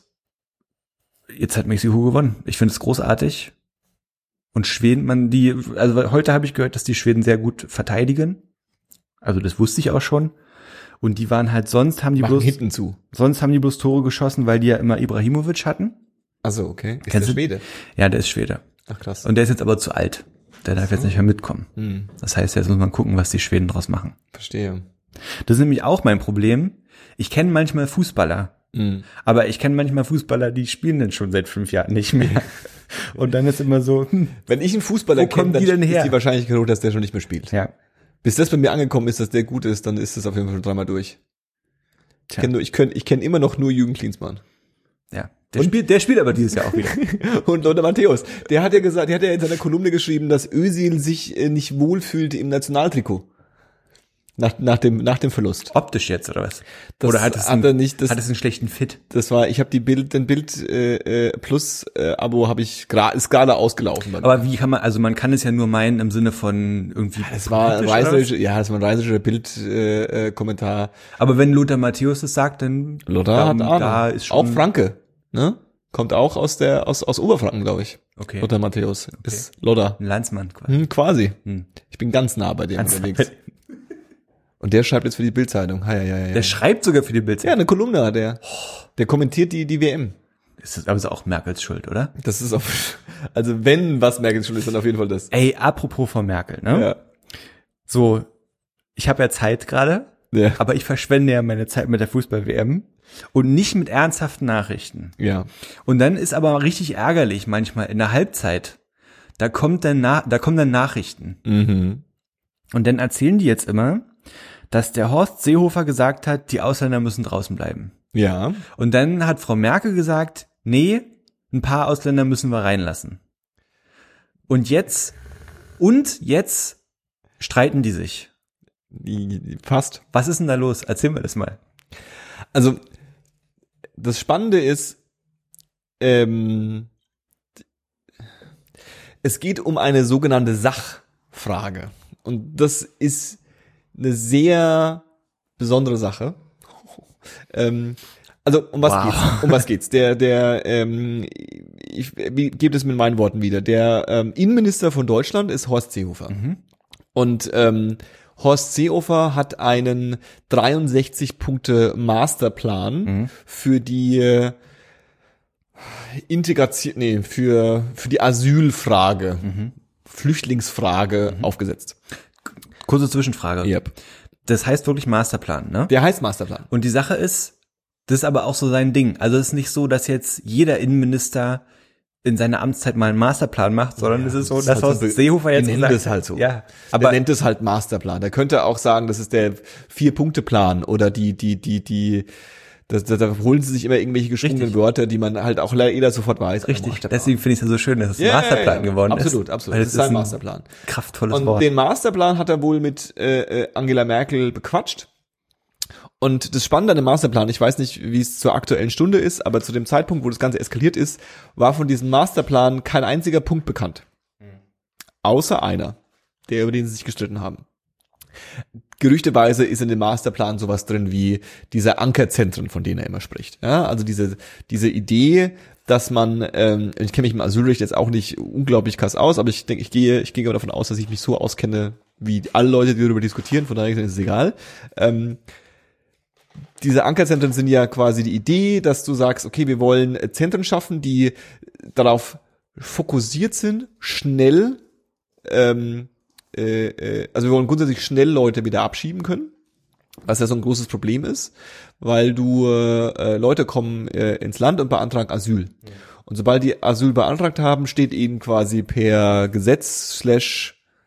jetzt hat Mexiko gewonnen. Ich finde es großartig. Und Schweden, man die, also heute habe ich gehört, dass die Schweden sehr gut verteidigen. Also das wusste ich auch schon. Und die waren halt, sonst haben die Machen bloß hinten zu. Sonst haben die bloß Tore geschossen, weil die ja immer Ibrahimovic hatten. Ach so, okay. Ist Kennst der du? Schwede? Ja, der ist Schwede. Ach krass. Und der ist jetzt aber zu alt. Der darf jetzt nicht mehr mitkommen. Hm. Das heißt, jetzt muss man gucken, was die Schweden draus machen. Verstehe. Das ist nämlich auch mein Problem. Ich kenne manchmal Fußballer. Mhm. Aber ich kenne manchmal Fußballer, die spielen dann schon seit fünf Jahren nicht mehr. Und dann ist immer so, hm, wenn ich einen Fußballer wo kenne, kommen dann die denn her? ist die Wahrscheinlichkeit hoch, dass der schon nicht mehr spielt. Ja. Bis das bei mir angekommen ist, dass der gut ist, dann ist das auf jeden Fall schon dreimal durch. Ich Tja. kenne nur, ich kenn, ich kenn immer noch nur Jürgen Klinsmann. Ja. Der spielt, der spielt aber dieses Jahr auch wieder. Und Lothar Matthäus, der hat ja gesagt, der hat ja in seiner Kolumne geschrieben, dass Özil sich äh, nicht wohlfühlte im Nationaltrikot. Nach, nach dem, nach dem Verlust. Optisch jetzt, oder was? Das Oder hat es, hat einen, er nicht, das, hat es einen schlechten Fit? das war, ich habe die Bild, den Bild äh, äh, Plus äh, Abo habe ich gerade ist gerade ausgelaufen. Bei mir. Aber wie kann man, also man kann es ja nur meinen im Sinne von irgendwie. Das war ein politisch, oder was? reißerischer, ja, das war ein reißerischer Bild äh, äh, Kommentar. Aber wenn Lothar Matthäus das sagt, dann Lothar da, hat Ahnung. da ist schon Auch Franke, ne? Kommt auch aus der aus aus Oberfranken, glaube ich. Okay. Lothar Matthäus ist Lothar. Ein Landsmann quasi. Hm, quasi. Hm. Ich bin ganz nah bei dem Ganz unterwegs. Und der schreibt jetzt für die Bild-Zeitung. Ja, ja, ja, ja. Der schreibt sogar für die Bild. Ja, eine Kolumne hat der. Der kommentiert die die W M. Ist das aber so auch Merkels Schuld, oder? Das ist auf, also wenn was Merkels Schuld ist, dann auf jeden Fall das. Ey, apropos von Merkel, ne? Ja. So, ich habe ja Zeit gerade, Ja. aber ich verschwende ja meine Zeit mit der Fußball-W M und nicht mit ernsthaften Nachrichten. Ja. Und dann ist aber richtig ärgerlich manchmal in der Halbzeit. Da kommt dann Na- da kommen dann Nachrichten. Mhm. Und dann erzählen die jetzt immer, dass der Horst Seehofer gesagt hat, die Ausländer müssen draußen bleiben. Ja. Und dann hat Frau Merkel gesagt, nee, ein paar Ausländer müssen wir reinlassen. Und jetzt, und jetzt streiten die sich. Fast. Was ist denn da los? Erzähl mir das mal. Also, das Spannende ist, ähm, es geht um eine sogenannte Sachfrage. Und das ist eine sehr besondere Sache. ähm, also, um was Wow. geht's? Um was geht's? Der, der, ähm, ich, ich gebe es mit meinen Worten wieder. Der ähm, Innenminister von Deutschland ist Horst Seehofer. Mhm. Und ähm, Horst Seehofer hat einen dreiundsechzig Punkte Masterplan Mhm. für die äh, Integration, nee, für für die Asylfrage, Mhm. Flüchtlingsfrage Mhm. aufgesetzt. Kurze Zwischenfrage. Yep. Das heißt wirklich Masterplan, ne? Der heißt Masterplan. Und die Sache ist, das ist aber auch so sein Ding. Also es ist nicht so, dass jetzt jeder Innenminister in seiner Amtszeit mal einen Masterplan macht, sondern es ist so, dass halt Horst so, Seehofer jetzt die nennen gesagt das halt so. Ja, Aber aber der nennt es halt Masterplan. Der könnte auch sagen, das ist der Vier-Punkte-Plan oder die, die, die, die, das, da, da holen sie sich immer irgendwelche geschwungenen Richtig. Wörter, die man halt auch jeder sofort weiß. richtig. Masterplan. Deswegen finde ich es ja so schön, dass es ein Ja, Masterplan ja, ja. geworden absolut, ist. Absolut, Weil Das ist sein ein Masterplan. kraftvolles Und Wort. den Masterplan hat er wohl mit äh, äh, Angela Merkel bequatscht. Und das Spannende an dem Masterplan, ich weiß nicht, wie es zur aktuellen Stunde ist, aber zu dem Zeitpunkt, wo das Ganze eskaliert ist, war von diesem Masterplan kein einziger Punkt bekannt. Außer einer, der über den sie sich gestritten haben. Gerüchteweise ist in dem Masterplan sowas drin wie diese Ankerzentren, von denen er immer spricht. Ja, also diese diese Idee, dass man, ähm, ich kenne mich im Asylrecht jetzt auch nicht unglaublich krass aus, aber ich denke, ich gehe, ich gehe aber davon aus, dass ich mich so auskenne wie alle Leute, die darüber diskutieren. Von daher ist es egal. Ähm, diese Ankerzentren sind ja quasi die Idee, dass du sagst, okay, wir wollen Zentren schaffen, die darauf fokussiert sind, schnell, ähm, äh, äh, also wir wollen grundsätzlich schnell Leute wieder abschieben können, was ja so ein großes Problem ist, weil du äh, Leute kommen äh, ins Land und beantragen Asyl. Und sobald die Asyl beantragt haben, steht ihnen quasi per Gesetz slash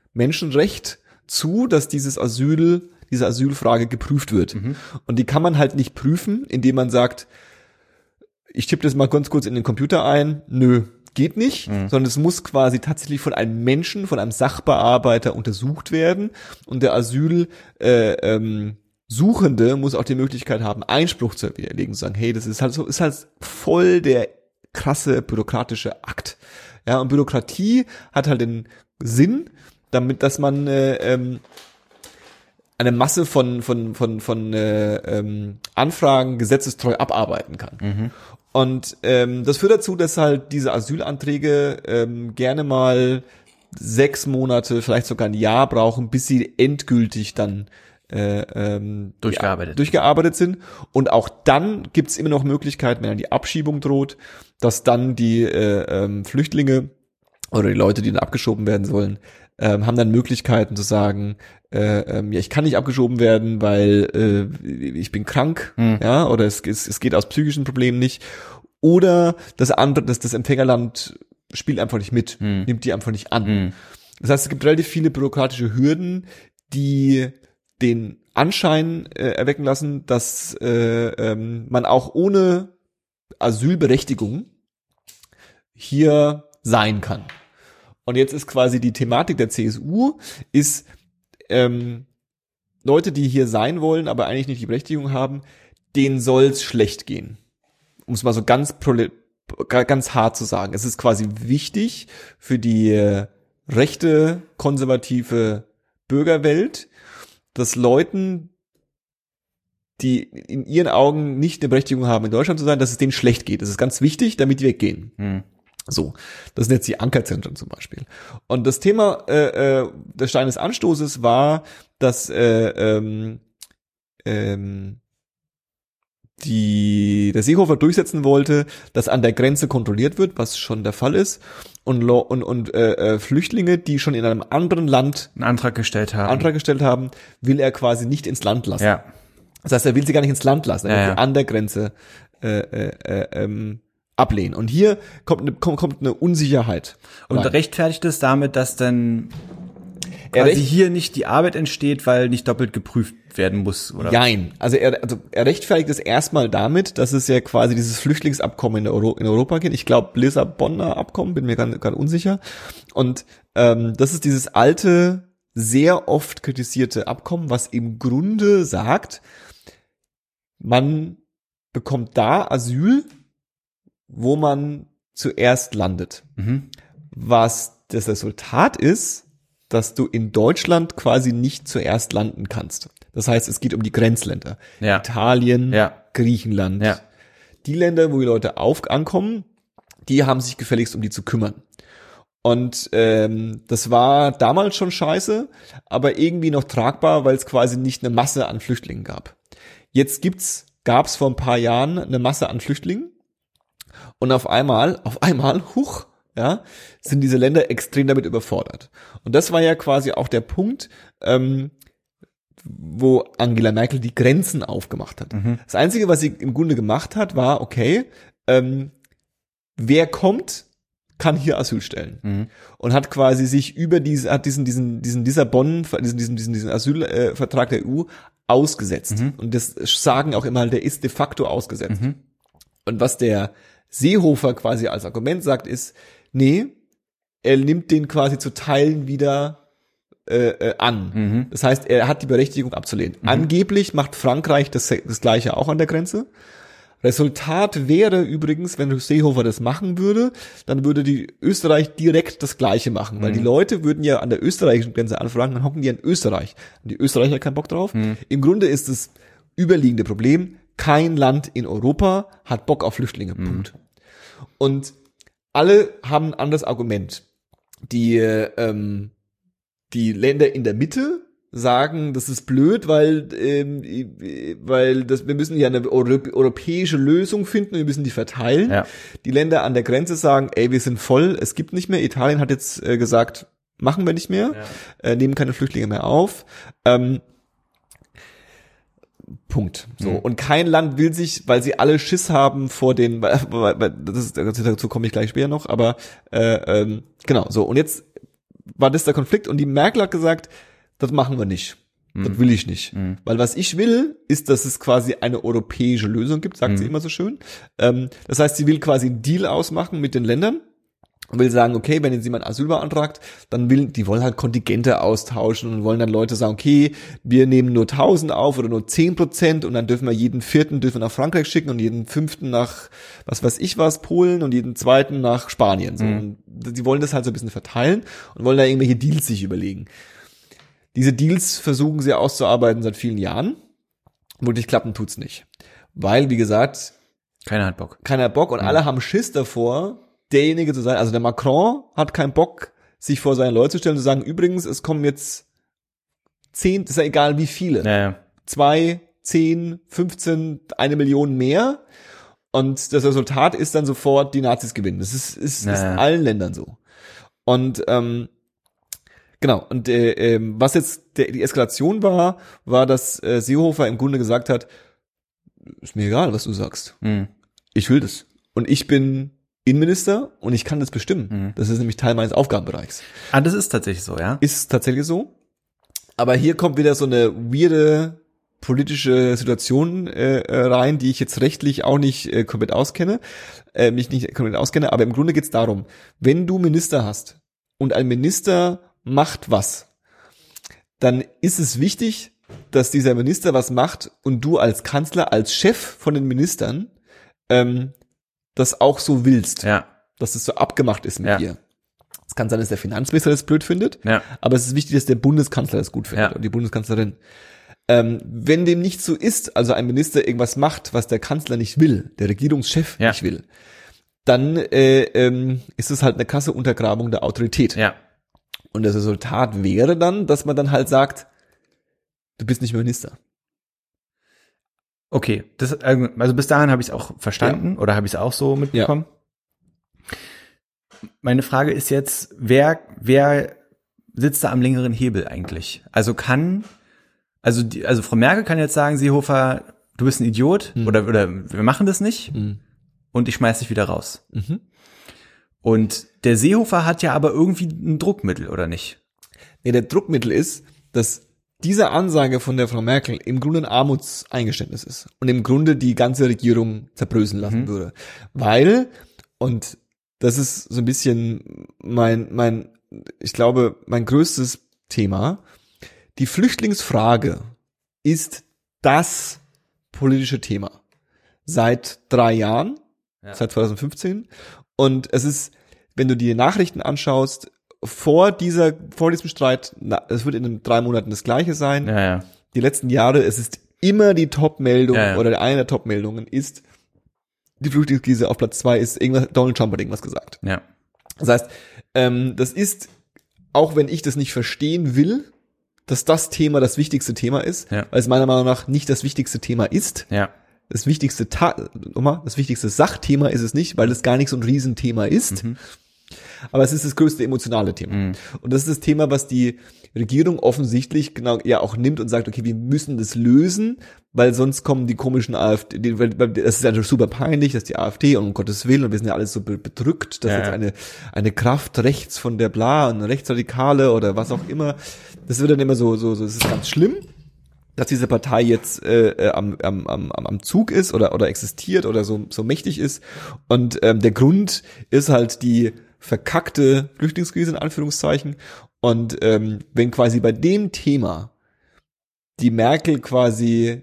Menschenrecht zu, dass dieses Asyl, diese Asylfrage geprüft wird. Mhm. Und die kann man halt nicht prüfen, indem man sagt, ich tippe das mal ganz kurz in den Computer ein. Nö, geht nicht, mhm. sondern es muss quasi tatsächlich von einem Menschen, von einem Sachbearbeiter untersucht werden. Und der Asyl äh, ähm, Suchende muss auch die Möglichkeit haben, Einspruch zu erlegen, zu sagen, hey, das ist halt so, ist halt voll der krasse bürokratische Akt. Ja, und Bürokratie hat halt den Sinn, damit, dass man äh, ähm, eine Masse von von von von äh, ähm, Anfragen gesetzestreu abarbeiten kann. Mhm. Und ähm, das führt dazu, dass halt diese Asylanträge ähm, gerne mal sechs Monate, vielleicht sogar ein Jahr brauchen, bis sie endgültig dann äh, ähm, durchgearbeitet. Ja, durchgearbeitet sind. Und auch dann gibt's immer noch Möglichkeiten, wenn dann die Abschiebung droht, dass dann die äh, ähm, Flüchtlinge oder die Leute, die dann abgeschoben werden sollen, ähm, haben dann Möglichkeiten zu sagen, äh, ähm, ja, ich kann nicht abgeschoben werden, weil äh, ich bin krank, hm. ja, oder es, es, es geht aus psychischen Problemen nicht. Oder das andere, das, das Empfängerland spielt einfach nicht mit, hm. nimmt die einfach nicht an. Hm. Das heißt, es gibt relativ viele bürokratische Hürden, die den Anschein äh, erwecken lassen, dass äh, ähm, man auch ohne Asylberechtigung hier sein kann. Und jetzt ist quasi die Thematik der C S U, ist ähm, Leute, die hier sein wollen, aber eigentlich nicht die Berechtigung haben, denen soll's schlecht gehen. Um es mal so ganz prole- ganz hart zu sagen. Es ist quasi wichtig für die äh, rechte, konservative Bürgerwelt, dass Leuten, die in ihren Augen nicht eine Berechtigung haben, in Deutschland zu sein, dass es denen schlecht geht. Das ist ganz wichtig, damit die weggehen. Hm. So, das sind jetzt die Ankerzentren zum Beispiel. Und das Thema äh, äh, der Stein des Anstoßes war, dass äh, ähm, ähm, die der Seehofer durchsetzen wollte, dass an der Grenze kontrolliert wird, was schon der Fall ist, und und und äh, Flüchtlinge, die schon in einem anderen Land einen Antrag gestellt haben, Antrag gestellt haben, will er quasi nicht ins Land lassen. Ja. Das heißt, er will sie gar nicht ins Land lassen, er will ja, sie ja. an der Grenze äh, äh, ähm, ablehnen. Und hier kommt eine, kommt, kommt eine Unsicherheit. Und rein. rechtfertigt es damit, dass dann er quasi recht- hier nicht die Arbeit entsteht, weil nicht doppelt geprüft werden muss, oder? Nein, also er, also er rechtfertigt es erstmal damit, dass es ja quasi dieses Flüchtlingsabkommen in, Euro, in Europa gibt. Ich glaube, Lissabonner Abkommen, bin mir gerade unsicher. Und ähm, das ist dieses alte, sehr oft kritisierte Abkommen, was im Grunde sagt, man bekommt da Asyl, wo man zuerst landet. Mhm. Was das Resultat ist, dass du in Deutschland quasi nicht zuerst landen kannst. Das heißt, es geht um die Grenzländer. Ja. Italien, ja. Griechenland. Ja. Die Länder, wo die Leute auf ankommen, die haben sich gefälligst um die zu kümmern. Und ähm, das war damals schon scheiße, aber irgendwie noch tragbar, weil es quasi nicht eine Masse an Flüchtlingen gab. Jetzt gibt's, gab's vor ein paar Jahren eine Masse an Flüchtlingen. Und auf einmal, auf einmal, huch, ja, sind diese Länder extrem damit überfordert. Und das war ja quasi auch der Punkt, ähm, wo Angela Merkel die Grenzen aufgemacht hat. Mhm. Das Einzige, was sie im Grunde gemacht hat, war, okay, ähm, wer kommt, kann hier Asyl stellen. Mhm. Und hat quasi sich über diese, hat diesen, diesen, diesen Lissabon, diesen, diesen, diesen, diesen Asylvertrag der E U ausgesetzt. Mhm. Und das sagen auch immer, der ist de facto ausgesetzt. Mhm. Und was der Seehofer quasi als Argument sagt, ist, nee, er nimmt den quasi zu Teilen wieder äh, äh, an. Mhm. Das heißt, er hat die Berechtigung abzulehnen. Mhm. Angeblich macht Frankreich das, das Gleiche auch an der Grenze. Resultat wäre übrigens, wenn Seehofer das machen würde, dann würde die Österreich direkt das Gleiche machen, weil mhm. die Leute würden ja an der österreichischen Grenze anfragen, dann hocken die in Österreich. Und die Österreicher keinen Bock drauf. Mhm. Im Grunde ist das überliegende Problem, kein Land in Europa hat Bock auf Flüchtlinge. Mhm. Punkt. Und alle haben ein anderes Argument. Die, ähm, die Länder in der Mitte sagen, das ist blöd, weil, ähm, weil das, wir müssen ja eine europäische Lösung finden, wir müssen die verteilen. Ja. Die Länder an der Grenze sagen, ey, wir sind voll, es gibt nicht mehr. Italien hat jetzt äh, gesagt, machen wir nicht mehr, ja. äh, nehmen keine Flüchtlinge mehr auf. Ähm, Punkt. So. Mhm. Und kein Land will sich, weil sie alle Schiss haben vor den, weil, weil, das ist, dazu komme ich gleich später noch, aber äh, ähm, genau, so. Und jetzt war das der Konflikt und die Merkel hat gesagt, das machen wir nicht. Mhm. Das will ich nicht. Mhm. Weil was ich will, ist, dass es quasi eine europäische Lösung gibt, sagt mhm. sie immer so schön. Ähm, das heißt, sie will quasi einen Deal ausmachen mit den Ländern und will sagen, okay, wenn jetzt jemand Asyl beantragt, dann will, die wollen halt Kontingente austauschen und wollen dann Leute sagen, okay, wir nehmen nur tausend auf oder nur zehn Prozent und dann dürfen wir jeden vierten dürfen wir nach Frankreich schicken und jeden fünften nach, was weiß ich was, Polen und jeden zweiten nach Spanien. So. Mhm. Und die wollen das halt so ein bisschen verteilen und wollen da irgendwelche Deals sich überlegen. Diese Deals versuchen sie auszuarbeiten seit vielen Jahren. Wirklich klappen tut's nicht. Weil, wie gesagt, keiner hat Bock. Keiner hat Bock und mhm. alle haben Schiss davor, derjenige zu sein. Also der Macron hat keinen Bock, sich vor seine Leute zu stellen und zu sagen, übrigens, es kommen jetzt zehn, ist ja egal wie viele. Naja. Zwei, zehn, fünfzehn, eine Million mehr. Und das Resultat ist dann sofort, die Nazis gewinnen. Das ist, ist, naja. ist in allen Ländern so. Und, ähm, Genau, und äh, äh, was jetzt der, die Eskalation war, war, dass äh, Seehofer im Grunde gesagt hat, ist mir egal, was du sagst. Mhm. Ich will das. Und ich bin Innenminister und ich kann das bestimmen. Mhm. Das ist nämlich Teil meines Aufgabenbereichs. Ah, das ist tatsächlich so, ja? Ist tatsächlich so. Aber hier kommt wieder so eine weirde politische Situation äh, rein, die ich jetzt rechtlich auch nicht äh, komplett auskenne, äh, mich nicht komplett auskenne, aber im Grunde geht's darum, wenn du Minister hast und ein Minister macht was, dann ist es wichtig, dass dieser Minister was macht und du als Kanzler, als Chef von den Ministern ähm, das auch so willst. Ja. Dass es so abgemacht ist mit ja. dir. Es kann sein, dass der Finanzminister das blöd findet, ja. aber es ist wichtig, dass der Bundeskanzler das gut findet ja. und die Bundeskanzlerin. Ähm, wenn dem nicht so ist, also ein Minister irgendwas macht, was der Kanzler nicht will, der Regierungschef ja. nicht will, dann äh, ähm, ist es halt eine krasse Untergrabung der Autorität. Ja. Und das Resultat wäre dann, dass man dann halt sagt, du bist nicht mehr Minister. Okay, das, also bis dahin habe ich es auch verstanden ja. oder habe ich es auch so mitbekommen. Ja. Meine Frage ist jetzt, wer wer sitzt da am längeren Hebel eigentlich? Also kann, also die, also Frau Merkel kann jetzt sagen, Seehofer, du bist ein Idiot mhm. oder oder wir machen das nicht mhm. und ich schmeiß dich wieder raus. Mhm. Und der Seehofer hat ja aber irgendwie ein Druckmittel, oder nicht? Nee, der Druckmittel ist, dass diese Ansage von der Frau Merkel im Grunde ein Armutseingeständnis ist und im Grunde die ganze Regierung zerbröseln lassen mhm. würde. Weil, und das ist so ein bisschen mein, mein, ich glaube, mein größtes Thema, die Flüchtlingsfrage ist das politische Thema. Seit drei Jahren, ja. seit zwanzig fünfzehn. Und es ist, wenn du die Nachrichten anschaust, vor dieser, vor diesem Streit, na, es wird in den drei Monaten das Gleiche sein. Ja, ja. Die letzten Jahre, es ist immer die Top-Meldung ja, ja. oder eine der Top-Meldungen ist, die Flüchtlingskrise auf Platz zwei ist irgendwas, Donald Trump hat irgendwas gesagt. Ja. Das heißt, ähm, das ist, auch wenn ich das nicht verstehen will, dass das Thema das wichtigste Thema ist, ja. weil es meiner Meinung nach nicht das wichtigste Thema ist. Ja. Das wichtigste, Ta- das wichtigste Sachthema ist es nicht, weil es gar nicht so ein Riesenthema ist. Mhm. Aber es ist das größte emotionale Thema. Mhm. Und das ist das Thema, was die Regierung offensichtlich genau ja auch nimmt und sagt, okay, wir müssen das lösen, weil sonst kommen die komischen AfD, die, weil, das ist ja super peinlich, dass die AfD und um Gottes Willen und wir sind ja alles so bedrückt, dass ja. jetzt eine eine Kraft rechts von der Bla, eine Rechtsradikale oder was auch immer, das wird dann immer so so so, das ist ganz schlimm, dass diese Partei jetzt äh, am, am, am, am Zug ist oder oder existiert oder so so mächtig ist und ähm, der Grund ist halt die verkackte Flüchtlingskrise in Anführungszeichen und ähm, wenn quasi bei dem Thema die Merkel quasi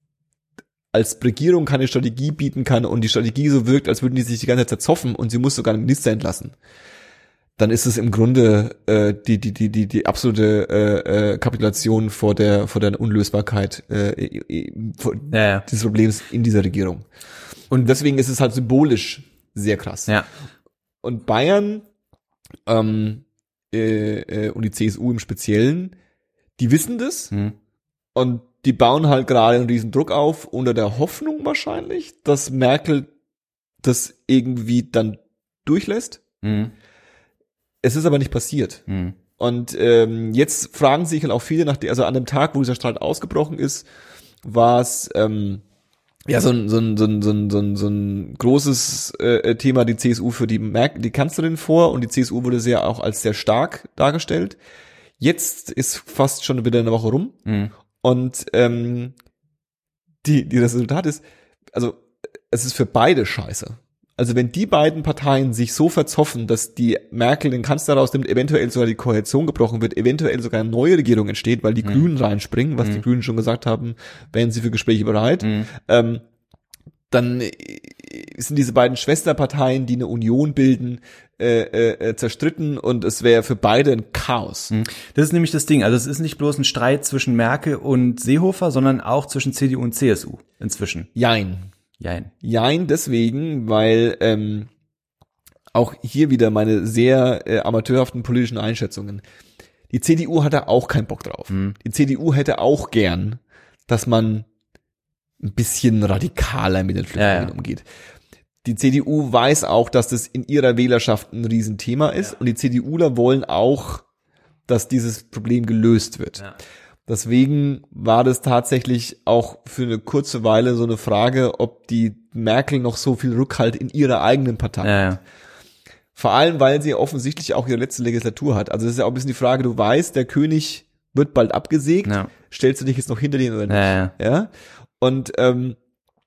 als Regierung keine Strategie bieten kann und die Strategie so wirkt, als würden die sich die ganze Zeit zerzoffen und sie muss sogar einen Minister entlassen, dann ist es im Grunde äh, die die die die die absolute äh, äh, Kapitulation vor der vor der Unlösbarkeit äh, vor ja, ja. des Problems in dieser Regierung. Und deswegen ist es halt symbolisch sehr krass. Ja. Und Bayern ähm, äh, äh, und die C S U im Speziellen, die wissen das mhm. und die bauen halt gerade einen riesen Druck auf, unter der Hoffnung wahrscheinlich, dass Merkel das irgendwie dann durchlässt. Mhm. Es ist aber nicht passiert. Mhm. Und ähm, jetzt fragen sich halt auch viele, nach der, also an dem Tag, wo dieser Streit ausgebrochen ist, war es ähm, ja, so ein, so ein, so ein, so ein, so ein, so ein großes äh, Thema, die C S U für die Merkel, die Kanzlerin vor, und die C S U wurde sehr auch als sehr stark dargestellt. Jetzt ist fast schon wieder eine Woche rum, Mhm. und ähm, die, die das Resultat ist, also es ist für beide scheiße. Also wenn die beiden Parteien sich so verzoffen, dass die Merkel den Kanzler rausnimmt, eventuell sogar die Koalition gebrochen wird, eventuell sogar eine neue Regierung entsteht, weil die Mhm. Grünen reinspringen, was Mhm. die Grünen schon gesagt haben, wären sie für Gespräche bereit, Mhm. ähm, dann sind diese beiden Schwesterparteien, die eine Union bilden, äh, äh, zerstritten, und es wäre für beide ein Chaos. Mhm. Das ist nämlich das Ding. Also es ist nicht bloß ein Streit zwischen Merkel und Seehofer, sondern auch zwischen C D U und C S U inzwischen. Jein. Jein. Jein, deswegen, weil ähm, auch hier wieder meine sehr äh, amateurhaften politischen Einschätzungen. Die C D U hat da auch keinen Bock drauf. Mhm. Die C D U hätte auch gern, dass man ein bisschen radikaler mit den Flüchtlingen Ja, ja. umgeht. Die C D U weiß auch, dass das in ihrer Wählerschaft ein Riesenthema ist, Ja. und die CDUler wollen auch, dass dieses Problem gelöst wird. Ja. Deswegen war das tatsächlich auch für eine kurze Weile so eine Frage, ob die Merkel noch so viel Rückhalt in ihrer eigenen Partei hat. Ja, ja. Vor allem, weil sie offensichtlich auch ihre letzte Legislatur hat. Also das ist ja auch ein bisschen die Frage, du weißt, der König wird bald abgesägt, Ja. stellst du dich jetzt noch hinter den oder nicht? Ja, ja. Ja? Und ähm,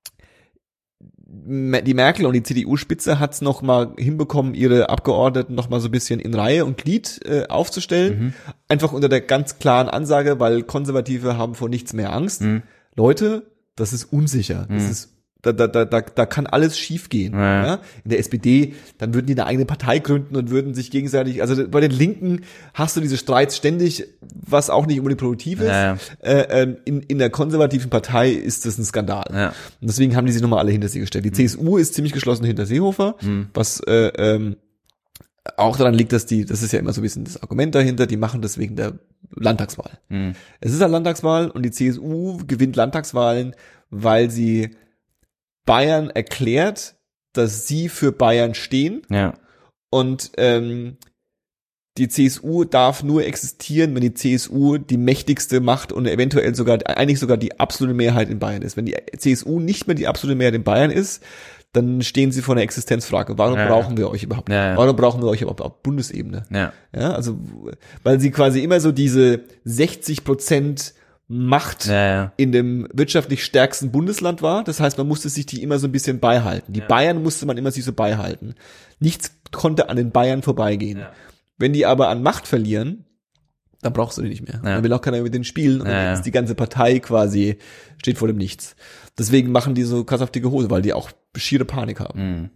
die Merkel und die C D U-Spitze hat's noch mal hinbekommen, ihre Abgeordneten noch mal so ein bisschen in Reihe und Glied äh, aufzustellen. Mhm. Einfach unter der ganz klaren Ansage, weil Konservative haben vor nichts mehr Angst. Mhm. Leute, das ist unsicher. Das Mhm. ist Da, da, da, da, da kann alles schiefgehen. Ja. Ja? In der S P D, dann würden die eine eigene Partei gründen und würden sich gegenseitig, also bei den Linken hast du diese Streits ständig, was auch nicht unbedingt produktiv ist. Ja, ja. Äh, ähm, in, in der konservativen Partei ist das ein Skandal. Ja. Und deswegen haben die sich nochmal alle hinter sie gestellt. Die C S U ist ziemlich geschlossen hinter Seehofer, Mhm. was äh, ähm, auch daran liegt, dass die, das ist ja immer so ein bisschen das Argument dahinter, die machen das wegen der Landtagswahl. Mhm. Es ist eine Landtagswahl, und die C S U gewinnt Landtagswahlen, weil sie Bayern erklärt, dass sie für Bayern stehen, Ja. und ähm, die C S U darf nur existieren, wenn die C S U die mächtigste Macht und eventuell sogar, eigentlich sogar die absolute Mehrheit in Bayern ist. Wenn die C S U nicht mehr die absolute Mehrheit in Bayern ist, dann stehen sie vor einer Existenzfrage. Warum Ja. brauchen wir euch überhaupt? Ja, ja. Warum brauchen wir euch überhaupt auf Bundesebene? Ja. Ja, also, weil sie quasi immer so diese sechzig Prozent Macht Ja, ja. in dem wirtschaftlich stärksten Bundesland war. Das heißt, man musste sich die immer so ein bisschen beihalten. Die Ja. Bayern musste man immer sich so beihalten. Nichts konnte an den Bayern vorbeigehen. Ja. Wenn die aber an Macht verlieren, dann brauchst du die nicht mehr. Ja. Dann will auch keiner mit denen spielen, und Ja, dann ja. ist die ganze Partei quasi, steht vor dem Nichts. Deswegen machen die so krass auf dicke Hose, weil die auch schiere Panik haben. Mhm.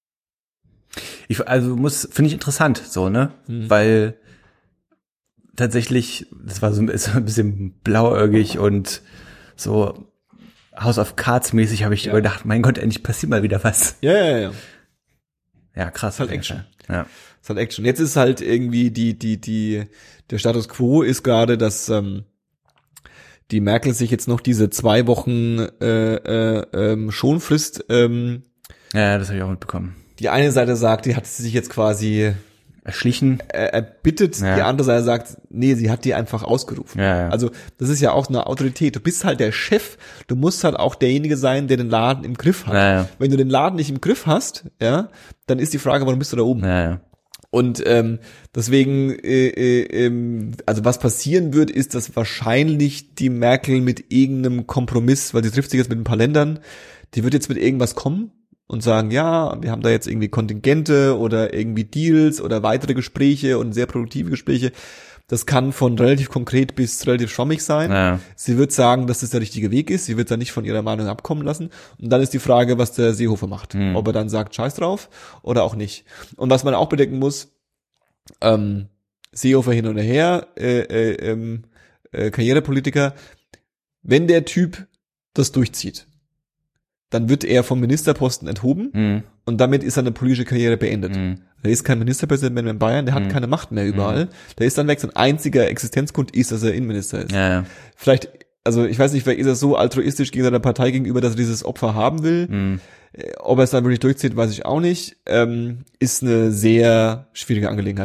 Ich, also muss, finde ich interessant, so, ne? Mhm. Weil tatsächlich, das war so ein bisschen, ein bisschen blauäugig und so House of Cards mäßig, habe ich Ja. gedacht, mein Gott, endlich passiert mal wieder was. Ja, ja, ja. Ja, krass. Ist halt auf jeden Action. Fall. Ja. ist halt Action. Jetzt ist halt irgendwie die, die, die, der Status quo ist gerade, dass ähm, die Merkel sich jetzt noch diese zwei Wochen äh, äh, ähm, Schonfrist, ähm, Ja, das habe ich auch mitbekommen. die eine Seite sagt, die hat sie sich jetzt quasi Erschlichen. äh, erbittet, Ja. die andere Seite sagt, nee, sie hat die einfach ausgerufen. Ja, ja. Also das ist ja auch eine Autorität. Du bist halt der Chef, du musst halt auch derjenige sein, der den Laden im Griff hat. Ja, ja. Wenn du den Laden nicht im Griff hast, ja, dann ist die Frage, warum bist du da oben? Ja, ja. Und ähm, deswegen, äh, äh, ähm, also was passieren wird, ist, dass wahrscheinlich die Merkel mit irgendeinem Kompromiss, weil sie trifft sich jetzt mit ein paar Ländern, die wird jetzt mit irgendwas kommen und sagen, ja, wir haben da jetzt irgendwie Kontingente oder irgendwie Deals oder weitere Gespräche und sehr produktive Gespräche. Das kann von relativ konkret bis relativ schwammig sein. Ja. Sie wird sagen, dass das der richtige Weg ist. Sie wird da nicht von ihrer Meinung abkommen lassen. Und dann ist die Frage, was der Seehofer macht. Hm. Ob er dann sagt, scheiß drauf oder auch nicht. Und was man auch bedenken muss, ähm, Seehofer hin und her, äh, äh, ähm, äh, Karrierepolitiker, wenn der Typ das durchzieht, dann wird er vom Ministerposten enthoben Mhm. und damit ist seine politische Karriere beendet. Mhm. Der ist kein Ministerpräsident mehr in Bayern, der hat Mhm. keine Macht mehr überall. Der ist dann weg. Sein einziger Existenzgrund ist, dass er Innenminister ist. Ja, ja. Vielleicht, also ich weiß nicht, vielleicht ist er so altruistisch gegen seine Partei gegenüber, dass er dieses Opfer haben will. Mhm. Äh, Ob er es dann wirklich durchzieht, weiß ich auch nicht. Ähm, ist eine sehr schwierige Angelegenheit.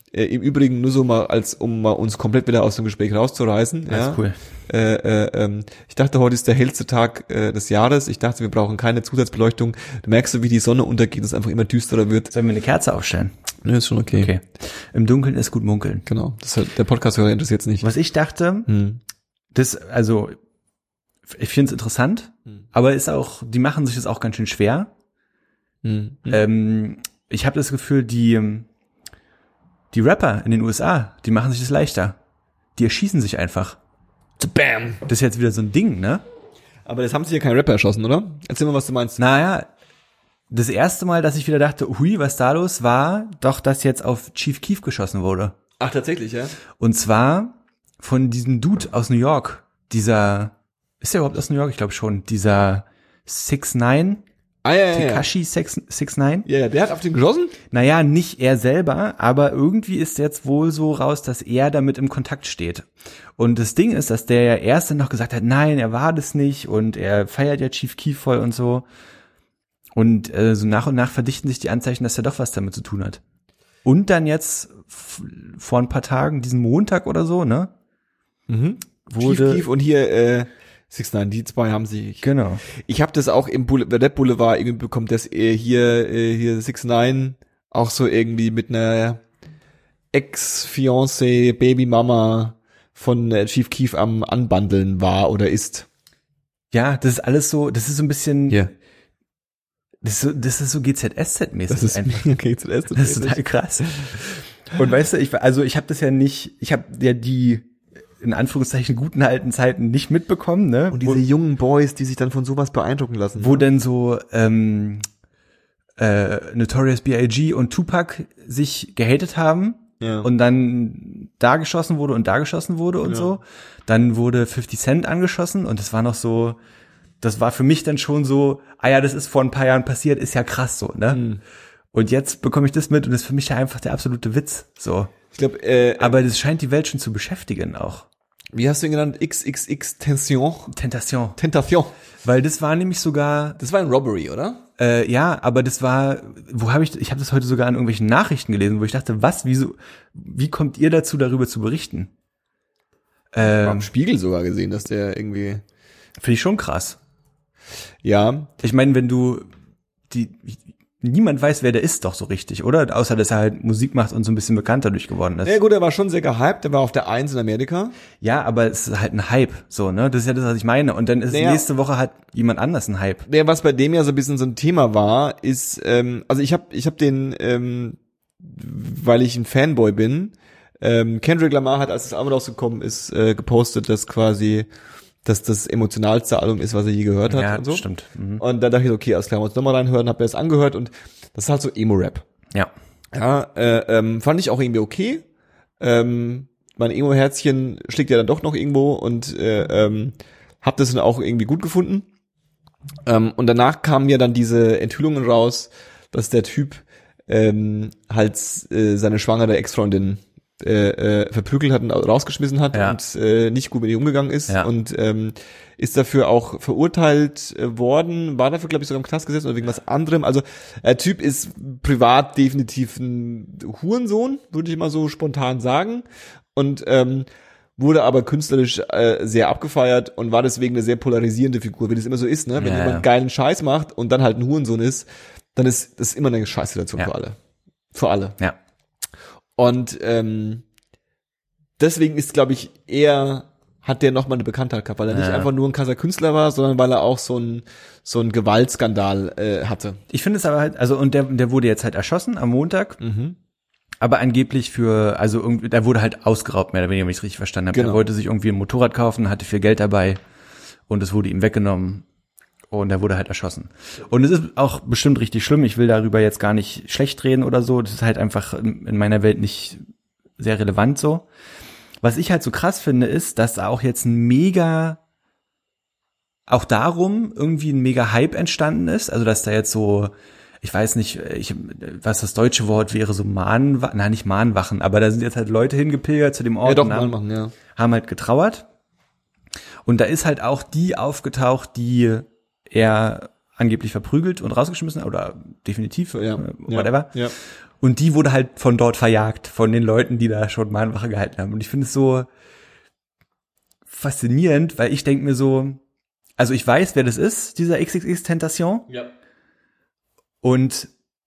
Äh, Im Übrigen nur so mal, als um mal uns komplett wieder aus dem Gespräch rauszureißen. Das ja. ist cool. Äh, äh, ähm, ich dachte, heute ist der hellste Tag äh, des Jahres. Ich dachte, wir brauchen keine Zusatzbeleuchtung. Du merkst so, wie die Sonne untergeht, dass es einfach immer düsterer wird. Sollen wir eine Kerze aufstellen? Ne, ist schon okay. Okay. Im Dunkeln ist gut munkeln. Genau. Das hat, der Podcast-Hörer interessiert es nicht. Was ich dachte, Hm. das, also, ich finde es interessant, Hm. aber ist auch, die machen sich das auch ganz schön schwer. Hm. Hm. Ähm, ich habe das Gefühl, die, die Rapper in den U S A, die machen sich das leichter. Die erschießen sich einfach. Bam! Das ist jetzt wieder so ein Ding, ne? Aber das haben sich ja kein Rapper erschossen, oder? Erzähl mal, was du meinst. Naja, das erste Mal, dass ich wieder dachte, hui, was da los war, doch, dass jetzt auf Chief Keef geschossen wurde. Ach, tatsächlich, ja? Und zwar von diesem Dude aus New York, dieser, ist der überhaupt aus New York? Ich glaube schon, dieser six nine, Ah, ja, ja, ja. Tekashi six nine. Ja, ja, der hat auf den geschossen? Naja, nicht er selber, aber irgendwie ist jetzt wohl so raus, dass er damit im Kontakt steht. Und das Ding ist, dass der ja erst dann noch gesagt hat, nein, er war das nicht und er feiert ja Chief Keef voll und so. Und äh, so nach und nach verdichten sich die Anzeichen, dass er doch was damit zu tun hat. Und dann jetzt f- vor ein paar Tagen, diesen Montag oder so, ne? Mhm. Wurde, Chief Keef und hier äh, six nine, die zwei haben sich. Genau. Ich habe das auch im Boule- Rap Boulevard irgendwie bekommen, dass äh, hier äh, hier six nine auch so irgendwie mit einer Ex-Fiancé, Babymama von äh, Chief Keef am Anbandeln war oder ist. Ja, das ist alles so, das ist so ein bisschen, Ja. das ist so, das ist so G Z S Z-mäßig Das ist einfach. okay, zuerst. Das ist total krass. Und weißt du, ich also ich habe das ja nicht, ich habe ja die in Anführungszeichen guten alten Zeiten nicht mitbekommen, ne? Und diese wo, jungen Boys, die sich dann von sowas beeindrucken lassen. wo ne? denn so ähm, äh, Notorious B I G und Tupac sich gehatet haben Ja. und dann da geschossen wurde und da geschossen wurde und Ja. so. Dann wurde fifty Cent angeschossen und das war noch so, das war für mich dann schon so, ah ja, das ist vor ein paar Jahren passiert, ist ja krass so, ne? Hm. Und jetzt bekomme ich das mit und das ist für mich ja einfach der absolute Witz, so. Ich glaube, äh, Aber das scheint die Welt schon zu beschäftigen auch. wie hast du ihn genannt? X X X Tension? Tentation. Tentation. Weil das war nämlich sogar, Das war ein Robbery, oder? äh, ja, aber das war, wo habe ich, ich habe das heute sogar in irgendwelchen Nachrichten gelesen, wo ich dachte, was, wieso, wie kommt ihr dazu, darüber zu berichten? War Ähm, im Spiegel sogar gesehen, dass der irgendwie, Finde ich schon krass. ja, Ich meine, wenn du, die, niemand weiß, wer der ist doch so richtig, oder? Außer, dass er halt Musik macht und so ein bisschen bekannt dadurch geworden ist. ja gut, er war schon sehr gehypt, er war auf der Eins in Amerika. Ja, aber es ist halt ein Hype, so, ne? Das ist ja das, was ich meine. Und dann ist Naja. nächste Woche hat jemand anders ein Hype. Der, was bei dem ja so ein bisschen so ein Thema war, ist, ähm, also ich habe ich hab den, ähm, weil ich ein Fanboy bin, ähm, Kendrick Lamar hat, als das Album rausgekommen ist, äh, gepostet, dass quasi, dass das emotionalste Album ist, was er je gehört hat Ja, und so. stimmt. Mhm. Und dann dachte ich, okay, alles klar, muss nochmal reinhören, hab mir das angehört und das ist halt so Emo-Rap. Ja. Ja, äh, ähm, fand ich auch irgendwie okay. Ähm, mein Emo-Herzchen schlägt ja dann doch noch irgendwo und äh, ähm, hab das dann auch irgendwie gut gefunden. Ähm, und danach kamen ja dann diese Enthüllungen raus, dass der Typ ähm, halt äh, seine schwangere Ex-Freundin äh, äh, verprügelt hat und rausgeschmissen hat Ja. und äh, nicht gut mit ihr umgegangen ist Ja. und ähm, ist dafür auch verurteilt äh, worden, war dafür, glaube ich, sogar im Knast gesetzt oder wegen was anderem. Also der Typ ist privat definitiv ein Hurensohn, würde ich mal so spontan sagen. Und ähm, wurde aber künstlerisch äh, sehr abgefeiert und war deswegen eine sehr polarisierende Figur, wie das immer so ist, ne? Wenn Ja, jemand ja. geilen Scheiß macht und dann halt ein Hurensohn ist, dann ist das immer eine Scheißsituation Ja. für alle. Für alle. Ja. Und ähm, deswegen ist, glaube ich, eher hat der nochmal eine Bekanntheit gehabt, weil er nicht Ja. einfach nur ein krasser Künstler war, sondern weil er auch so ein so ein Gewaltskandal äh, hatte. Ich finde es aber halt, also, und der, der wurde jetzt halt erschossen am Montag, Mhm. aber angeblich für, also irgendwie, der wurde halt ausgeraubt, mehr oder weniger, wenn ich es richtig verstanden habe. Genau. Er wollte sich irgendwie ein Motorrad kaufen, hatte viel Geld dabei und es wurde ihm weggenommen und er wurde halt erschossen. Und es ist auch bestimmt richtig schlimm, ich will darüber jetzt gar nicht schlecht reden oder so, das ist halt einfach in in meiner Welt nicht sehr relevant so. Was ich halt so krass finde, ist, dass da auch jetzt ein mega, auch darum irgendwie ein mega Hype entstanden ist, also dass da jetzt so, ich weiß nicht, ich, was das deutsche Wort wäre, so Mahnwachen, nein, nicht Mahnwachen, aber da sind jetzt halt Leute hingepilgert zu dem Ort Ja, doch, und mal haben, machen, ja. haben halt getrauert. Und da ist halt auch die aufgetaucht, die er angeblich verprügelt und rausgeschmissen hat, oder definitiv, Ja, äh, whatever. Ja. Und die wurde halt von dort verjagt, von den Leuten, die da schon Mahnwache gehalten haben. Und ich finde es so faszinierend, weil ich denke mir so, also ich weiß, wer das ist, dieser X X X-Tentation. Ja. Und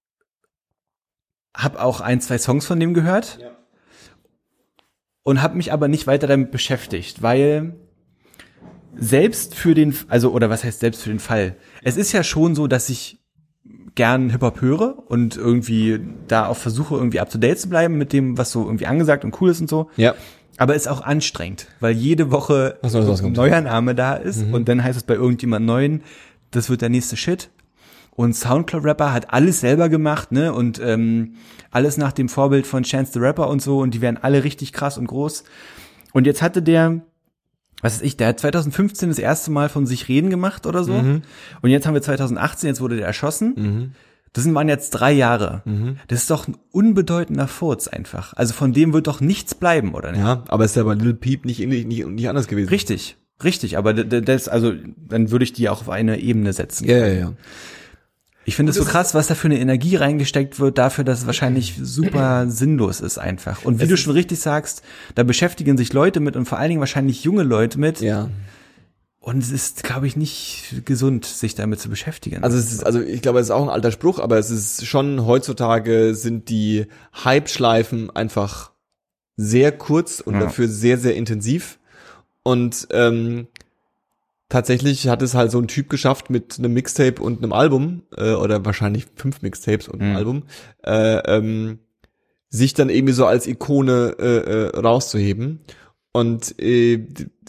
habe auch ein, zwei Songs von dem gehört. Ja. Und habe mich aber nicht weiter damit beschäftigt, weil selbst für den, also oder was heißt selbst für den Fall? Es ist ja schon so, dass ich gern Hip-Hop höre und irgendwie da auch versuche, irgendwie up-to-date zu bleiben mit dem, was so irgendwie angesagt und cool ist und so. Ja. Aber ist auch anstrengend, weil jede Woche Was soll das ein neuer Name da ist mhm. und dann heißt es bei irgendjemand Neuen, das wird der nächste Shit. Und Soundcloud-Rapper hat alles selber gemacht, ne, und ähm, alles nach dem Vorbild von Chance the Rapper und so, und die werden alle richtig krass und groß. Und jetzt hatte der, was weiß ich, der hat zwanzig fünfzehn das erste Mal von sich reden gemacht oder so. Mhm. Und jetzt haben wir zwanzig achtzehn, jetzt wurde der erschossen. Mhm. Das waren jetzt drei Jahre. Mhm. Das ist doch ein unbedeutender Furz einfach. Also von dem wird doch nichts bleiben, oder nicht? Ja, aber ist ja bei Lil Peep nicht, nicht, nicht, nicht anders gewesen. Richtig, richtig. Aber das, also, dann würde ich die auch auf eine Ebene setzen. Ja, ja, ja. Ich finde es so krass, was da für eine Energie reingesteckt wird, dafür, dass es wahrscheinlich super sinnlos ist einfach. Und wie es du schon richtig sagst, da beschäftigen sich Leute mit und vor allen Dingen wahrscheinlich junge Leute mit. Ja. Und es ist, glaube ich, nicht gesund, sich damit zu beschäftigen. Also es ist, also ich glaube, es ist auch ein alter Spruch, aber es ist schon, heutzutage sind die Hype-Schleifen einfach sehr kurz und ja. dafür sehr, sehr intensiv. Und ähm, tatsächlich hat es halt so ein Typ geschafft mit einem Mixtape und einem Album, äh, oder wahrscheinlich fünf Mixtapes und einem mhm. Album, äh, ähm, sich dann irgendwie so als Ikone äh, äh, rauszuheben. Und äh,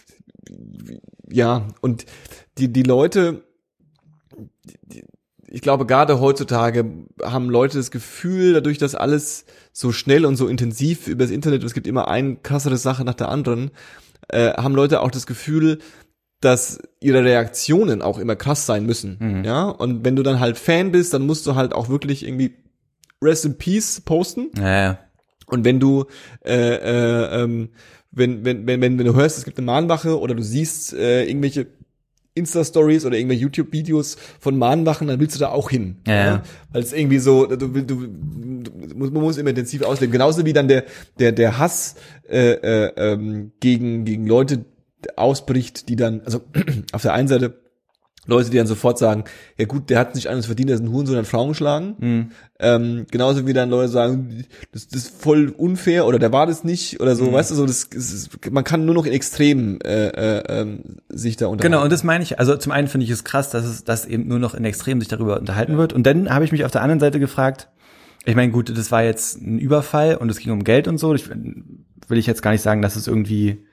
ja, und die die Leute, die, ich glaube, gerade heutzutage haben Leute das Gefühl, dadurch, dass alles so schnell und so intensiv über das Internet, und es gibt immer eine krassere Sache nach der anderen, äh, haben Leute auch das Gefühl, dass ihre Reaktionen auch immer krass sein müssen, mhm. ja, und wenn du dann halt Fan bist, dann musst du halt auch wirklich irgendwie Rest in Peace posten, ja, ja. Und wenn du äh, äh, ähm, wenn, wenn wenn wenn wenn du hörst, es gibt eine Mahnwache oder du siehst äh, irgendwelche Insta-Stories oder irgendwelche YouTube-Videos von Mahnwachen, dann willst du da auch hin, ja, ja. Weil es irgendwie so, du, du, du, man muss immer intensiv ausleben, genauso wie dann der der der Hass äh, äh, ähm, gegen gegen Leute ausbricht, die dann, also auf der einen Seite Leute, die dann sofort sagen, ja gut, der hat nicht eines verdient, der ist ein Hurensohn, hat Frauen geschlagen. Mhm. Ähm, genauso wie dann Leute sagen, das, das ist voll unfair oder der war das nicht oder so, mhm. weißt du, so das, das ist, man kann nur noch in Extremen äh, äh, äh, sich da unterhalten. Genau, und das meine ich, also zum einen finde ich es krass, dass es dass eben nur noch in Extremen sich darüber unterhalten ja. wird, und dann habe ich mich auf der anderen Seite gefragt, ich meine, gut, das war jetzt ein Überfall und es ging um Geld und so, ich, will ich jetzt gar nicht sagen, dass es irgendwie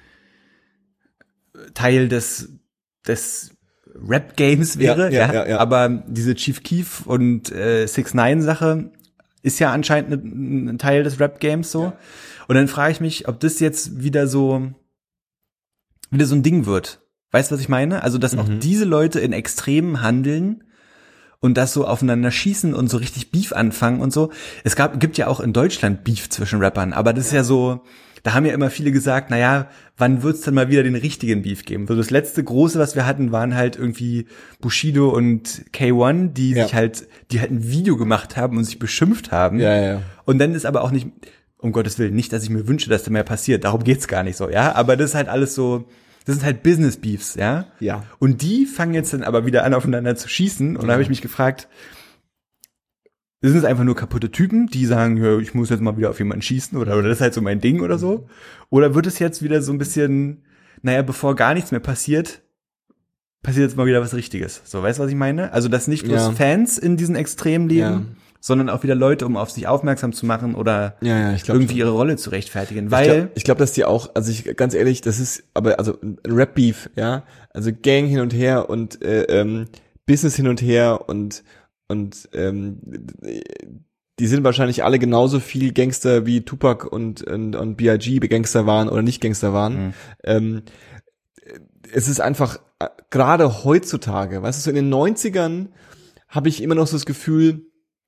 Teil des des Rap-Games wäre, ja, ja, ja, ja, aber diese Chief Keef und äh, six nine Sache ist ja anscheinend ein, ein Teil des Rap-Games so. Ja. Und dann frage ich mich, ob das jetzt wieder so wieder so ein Ding wird. Weißt du, was ich meine? Also, dass mhm. auch diese Leute in Extremen handeln und das so aufeinander schießen und so richtig Beef anfangen und so. Es gab gibt ja auch in Deutschland Beef zwischen Rappern, aber das ist ja so, da haben ja immer viele gesagt, na ja, wann wird's denn mal wieder den richtigen Beef geben? So das letzte große, was wir hatten, waren halt irgendwie Bushido und K eins, die ja. sich halt, die halt ein Video gemacht haben und sich beschimpft haben. Ja, ja. Und dann ist aber auch nicht, um Gottes Willen, nicht, dass ich mir wünsche, dass da mehr passiert. Darum geht's gar nicht so, ja. Aber das ist halt alles so, das sind halt Business Beefs, ja. Ja. Und die fangen jetzt dann aber wieder an, aufeinander zu schießen. Und ja. da habe ich mich gefragt, sind es einfach nur kaputte Typen, die sagen, ja, ich muss jetzt mal wieder auf jemanden schießen oder, oder das ist halt so mein Ding oder so? Oder wird es jetzt wieder so ein bisschen, naja, bevor gar nichts mehr passiert, passiert jetzt mal wieder was Richtiges. So, weißt du, was ich meine? Also, dass nicht bloß ja. Fans in diesen Extremen leben, ja. sondern auch wieder Leute, um auf sich aufmerksam zu machen oder ja, ja, ich glaub, irgendwie ihre Rolle zu rechtfertigen. Weil ich glaube, ich glaub, dass die auch, also ich ganz ehrlich, das ist, aber also ein Rap-Beef, ja, also Gang hin und her und äh, ähm, Business hin und her und Und ähm, die sind wahrscheinlich alle genauso viel Gangster wie Tupac und und, und B I G Gangster waren oder nicht Gangster waren. Mhm. Ähm, es ist einfach, äh, gerade heutzutage, weißt du, so in den neunzigern habe ich immer noch so das Gefühl,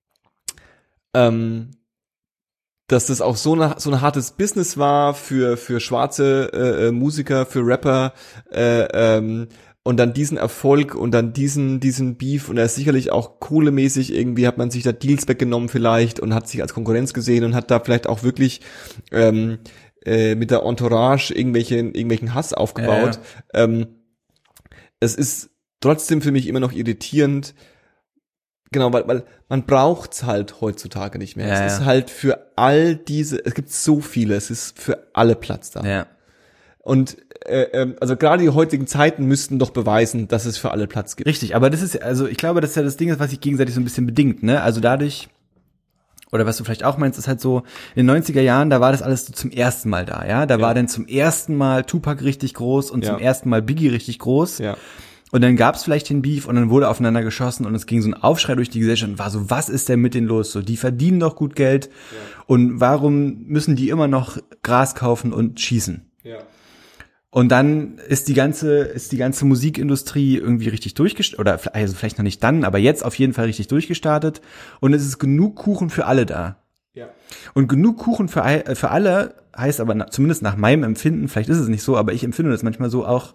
ähm, dass das auch so eine, so ein hartes Business war für für schwarze äh, Musiker, für Rapper, äh, ähm, und dann diesen Erfolg und dann diesen diesen Beef und er ist sicherlich auch kohlemäßig irgendwie hat man sich da Deals weggenommen vielleicht und hat sich als Konkurrenz gesehen und hat da vielleicht auch wirklich ähm, äh, mit der Entourage irgendwelche, irgendwelchen Hass aufgebaut. Ja, ja. Ähm, es ist trotzdem für mich immer noch irritierend, genau, weil, weil man braucht's halt heutzutage nicht mehr. Ja, es ja. ist halt für all diese, es gibt so viele, es ist für alle Platz da. Ja. Und äh, also gerade die heutigen Zeiten müssten doch beweisen, dass es für alle Platz gibt. Richtig, aber das ist, also ich glaube, das ist ja das Ding, was sich gegenseitig so ein bisschen bedingt, ne? Also dadurch, oder was du vielleicht auch meinst, ist halt so, in den neunziger Jahren, da war das alles so zum ersten Mal da, ja? Da ja. war dann zum ersten Mal Tupac richtig groß und ja. zum ersten Mal Biggie richtig groß. Ja. Und dann gab's vielleicht den Beef und dann wurde aufeinander geschossen und es ging so ein Aufschrei durch die Gesellschaft und war so, was ist denn mit denen los? So, die verdienen doch gut Geld ja. und warum müssen die immer noch Gras kaufen und schießen? Ja. Und dann ist die ganze, ist die ganze Musikindustrie irgendwie richtig durchgestartet, oder also vielleicht noch nicht dann, aber jetzt auf jeden Fall richtig durchgestartet. Und es ist genug Kuchen für alle da. Ja. Und genug Kuchen für, für alle heißt aber, na, zumindest nach meinem Empfinden, vielleicht ist es nicht so, aber ich empfinde das manchmal so auch,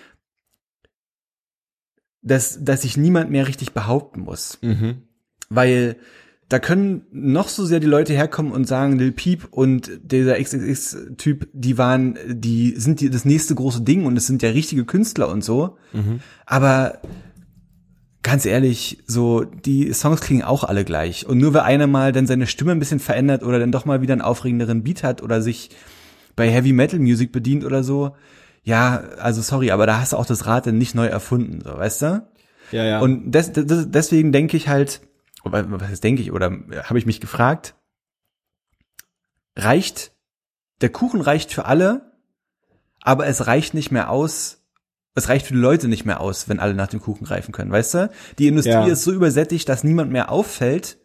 dass, dass sich niemand mehr richtig behaupten muss. Mhm. Weil da können noch so sehr die Leute herkommen und sagen, Lil Peep und dieser X X X-Typ, die waren, die sind die, das nächste große Ding und es sind ja richtige Künstler und so. Mhm. Aber ganz ehrlich, so, die Songs klingen auch alle gleich. Und nur weil einer mal dann seine Stimme ein bisschen verändert oder dann doch mal wieder einen aufregenderen Beat hat oder sich bei Heavy Metal Music bedient oder so, ja, also sorry, aber da hast du auch das Rad dann nicht neu erfunden, so, weißt du? Ja, ja. Und des, des, deswegen denke ich halt, was heißt denke ich, oder habe ich mich gefragt, reicht, der Kuchen reicht für alle, aber es reicht nicht mehr aus, es reicht für die Leute nicht mehr aus, wenn alle nach dem Kuchen greifen können, weißt du? Die Industrie ja. ist so übersättigt, dass niemand mehr auffällt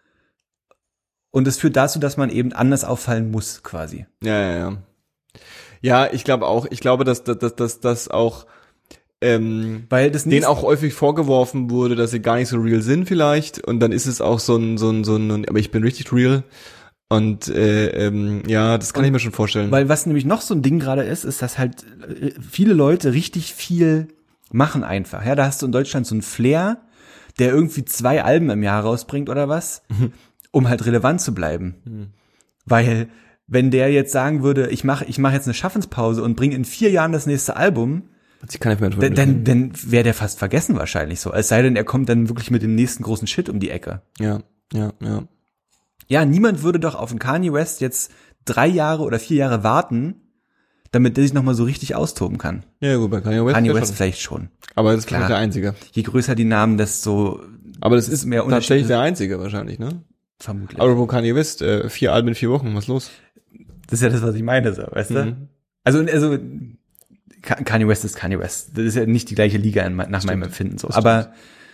und es führt dazu, dass man eben anders auffallen muss, quasi. Ja, ja, ja. Ja, ich glaube auch, ich glaube, dass, dass, dass, dass, dass auch Ähm, weil das denen auch häufig vorgeworfen wurde, dass sie gar nicht so real sind vielleicht und dann ist es auch so ein, so ein, so ein, aber ich bin richtig real und äh, ähm, ja, das kann und, ich mir schon vorstellen. Weil was nämlich noch so ein Ding gerade ist, ist, dass halt viele Leute richtig viel machen einfach. Ja, da hast du in Deutschland so einen Flair, der irgendwie zwei Alben im Jahr rausbringt oder was, mhm. um halt relevant zu bleiben. Mhm. Weil wenn der jetzt sagen würde, ich mache ich mache jetzt eine Schaffenspause und bringe in vier Jahren das nächste Album, Ich kann nicht mehr dann, dann, dann wäre der fast vergessen wahrscheinlich so. Es sei denn, er kommt dann wirklich mit dem nächsten großen Shit um die Ecke. Ja, ja, ja. Ja, niemand würde doch auf einen Kanye West jetzt drei Jahre oder vier Jahre warten, damit der sich nochmal so richtig austoben kann. Ja gut, bei Kanye West, Kanye West schon. vielleicht schon. Aber das ist klar der Einzige. Je größer die Namen, desto Aber das ist mehr tatsächlich der Einzige wahrscheinlich, ne? Vermutlich. Aber wo Kanye West, äh, vier Alben in vier Wochen, was ist los? Das ist ja das, was ich meine, so, weißt mhm. du? Also, also Kanye West ist Kanye West. Das ist ja nicht die gleiche Liga nach stimmt. meinem Empfinden so. Aber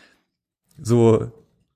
so,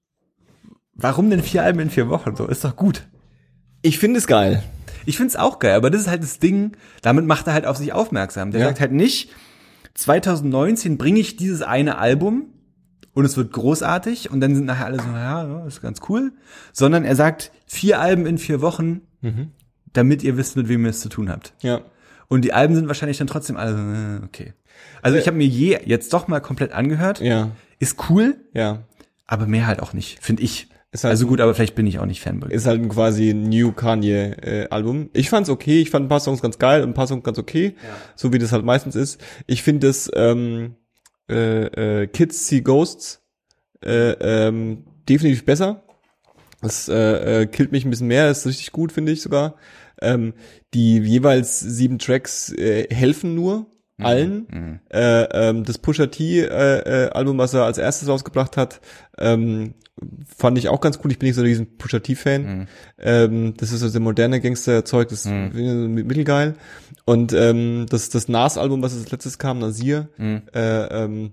warum denn vier Alben in vier Wochen? So, ist doch gut. Ich finde es geil. Ich finde es auch geil, aber das ist halt das Ding, damit macht er halt auf sich aufmerksam. Der ja. sagt halt nicht, zwanzig neunzehn bringe ich dieses eine Album und es wird großartig und dann sind nachher alle so, ja, das ist ganz cool. Sondern er sagt, vier Alben in vier Wochen, mhm. damit ihr wisst, mit wem ihr es zu tun habt. Ja. Und die Alben sind wahrscheinlich dann trotzdem alle so, okay. Also ich habe mir je jetzt doch mal komplett angehört. Ja. Ist cool. Ja. Aber mehr halt auch nicht, finde ich. Ist halt also gut, aber vielleicht bin ich auch nicht Fanboy. Ist halt ein quasi New Kanye äh, Album. Ich fand's okay, ich fand ein paar Songs ganz geil und ein paar Songs ganz okay, ja. so wie das halt meistens ist. Ich finde das ähm, äh, äh, Kids See Ghosts äh, ähm, definitiv besser. Das äh, äh, killt mich ein bisschen mehr, ist richtig gut, finde ich sogar. Ähm, die jeweils sieben Tracks äh, helfen nur mhm. allen. Mhm. Äh, ähm, das Pusha T äh, äh, Album, was er als erstes rausgebracht hat, ähm, fand ich auch ganz cool. Ich bin nicht so ein riesen Pusha T-Fan. Mhm. Ähm, das ist so also moderne Gangster-Zeug, das mhm. ist mittelgeil. Und ähm, das das Nas-Album, was als letztes kam, Nasir, mhm. äh, ähm,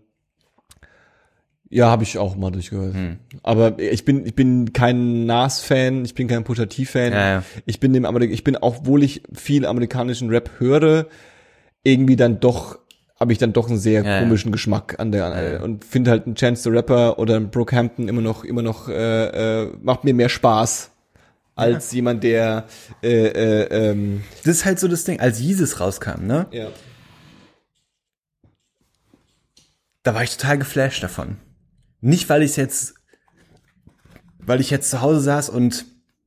ja, habe ich auch mal durchgehört. Mhm. Aber ich bin ich bin kein Nas-Fan, ich bin kein Pusha T-Fan. Ja, ja. Ich bin dem Amerik ich bin auch, obwohl ich viel amerikanischen Rap höre, irgendwie dann doch habe ich dann doch einen sehr ja, komischen ja. Geschmack an der an, ja. und finde halt ein Chance the Rapper oder ein Brockhampton immer noch immer noch äh, äh, macht mir mehr Spaß als ja. jemand, der äh, äh, ähm, das ist halt so das Ding, als Jesus rauskam, ne? Ja. da war ich total geflasht davon. Nicht, weil ich jetzt, weil ich jetzt zu Hause saß und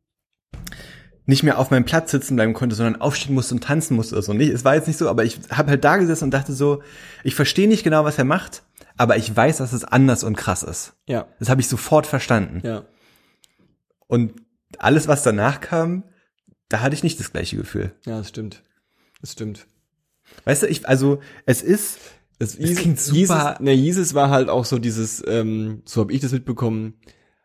nicht mehr auf meinem Platz sitzen bleiben konnte, sondern aufstehen musste und tanzen musste oder so. Nicht, es war jetzt nicht so, aber ich habe halt da gesessen und dachte so, ich verstehe nicht genau, was er macht, aber ich weiß, dass es anders und krass ist. Ja. Das habe ich sofort verstanden. Ja. Und alles, was danach kam, da hatte ich nicht das gleiche Gefühl. Ja, das stimmt. Das stimmt. Weißt du, ich, also, es ist, Es, es klingt super. Jesus, ne, Jesus war halt auch so dieses, ähm, so habe ich das mitbekommen,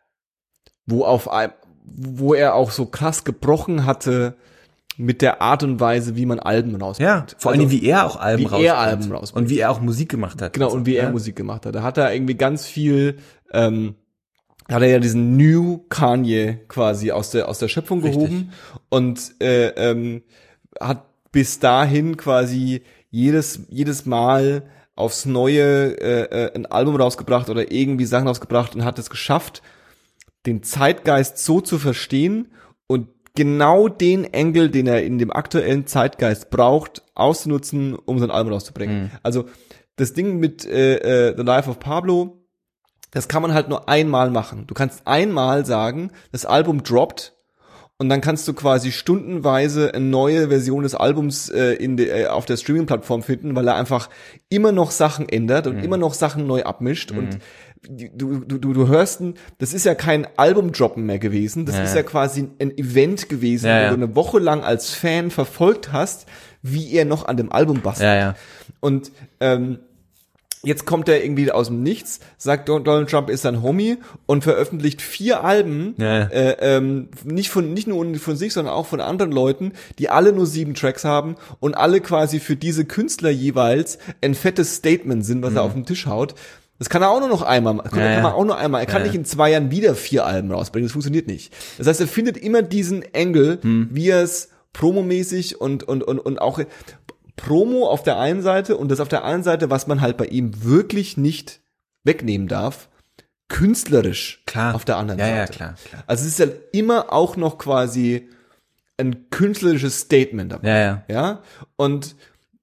wo auf ein, wo er auch so krass gebrochen hatte mit der Art und Weise, wie man Alben rausbringt. Ja, vor also, allem, wie er auch Alben wie rausbringt. er Alben rausbringt. Und wie er auch Musik gemacht hat. Genau, und wie er ja? Musik gemacht hat. Da hat er irgendwie ganz viel, ähm, hat er ja diesen New Kanye quasi aus der, aus der Schöpfung Richtig. gehoben und äh, ähm, hat bis dahin quasi jedes, jedes Mal aufs Neue äh, äh, ein Album rausgebracht oder irgendwie Sachen rausgebracht und hat es geschafft, den Zeitgeist so zu verstehen und genau den Engel, den er in dem aktuellen Zeitgeist braucht, auszunutzen, um sein Album rauszubringen. Mhm. Also das Ding mit äh, äh, The Life of Pablo, das kann man halt nur einmal machen. Du kannst einmal sagen, das Album droppt und dann kannst du quasi stundenweise eine neue Version des Albums äh, in de, äh, auf der Streaming-Plattform finden, weil er einfach immer noch Sachen ändert und mhm. immer noch Sachen neu abmischt. Mhm. Und du, du, du, du hörst, ein, das ist ja kein Album-Droppen mehr gewesen, das ja. ist ja quasi ein Event gewesen, ja, wo ja. du eine Woche lang als Fan verfolgt hast, wie er noch an dem Album bastelt. Ja, ja. Und ähm, jetzt kommt er irgendwie aus dem Nichts, sagt Donald Trump ist sein Homie und veröffentlicht vier Alben, ja. äh, ähm, nicht von nicht nur von sich, sondern auch von anderen Leuten, die alle nur sieben Tracks haben und alle quasi für diese Künstler jeweils ein fettes Statement sind, was mhm. er auf den Tisch haut. Das kann er auch nur noch einmal, kann, ja, kann man auch nur einmal. Er kann ja. nicht in zwei Jahren wieder vier Alben rausbringen. Das funktioniert nicht. Das heißt, er findet immer diesen Engel, hm. wie er es promomäßig und und und und auch Promo auf der einen Seite und das auf der anderen Seite, was man halt bei ihm wirklich nicht wegnehmen darf, künstlerisch klar. auf der anderen ja, Seite. Ja, klar, klar. Also es ist halt immer auch noch quasi ein künstlerisches Statement dabei. Ja, ja. Ja? Und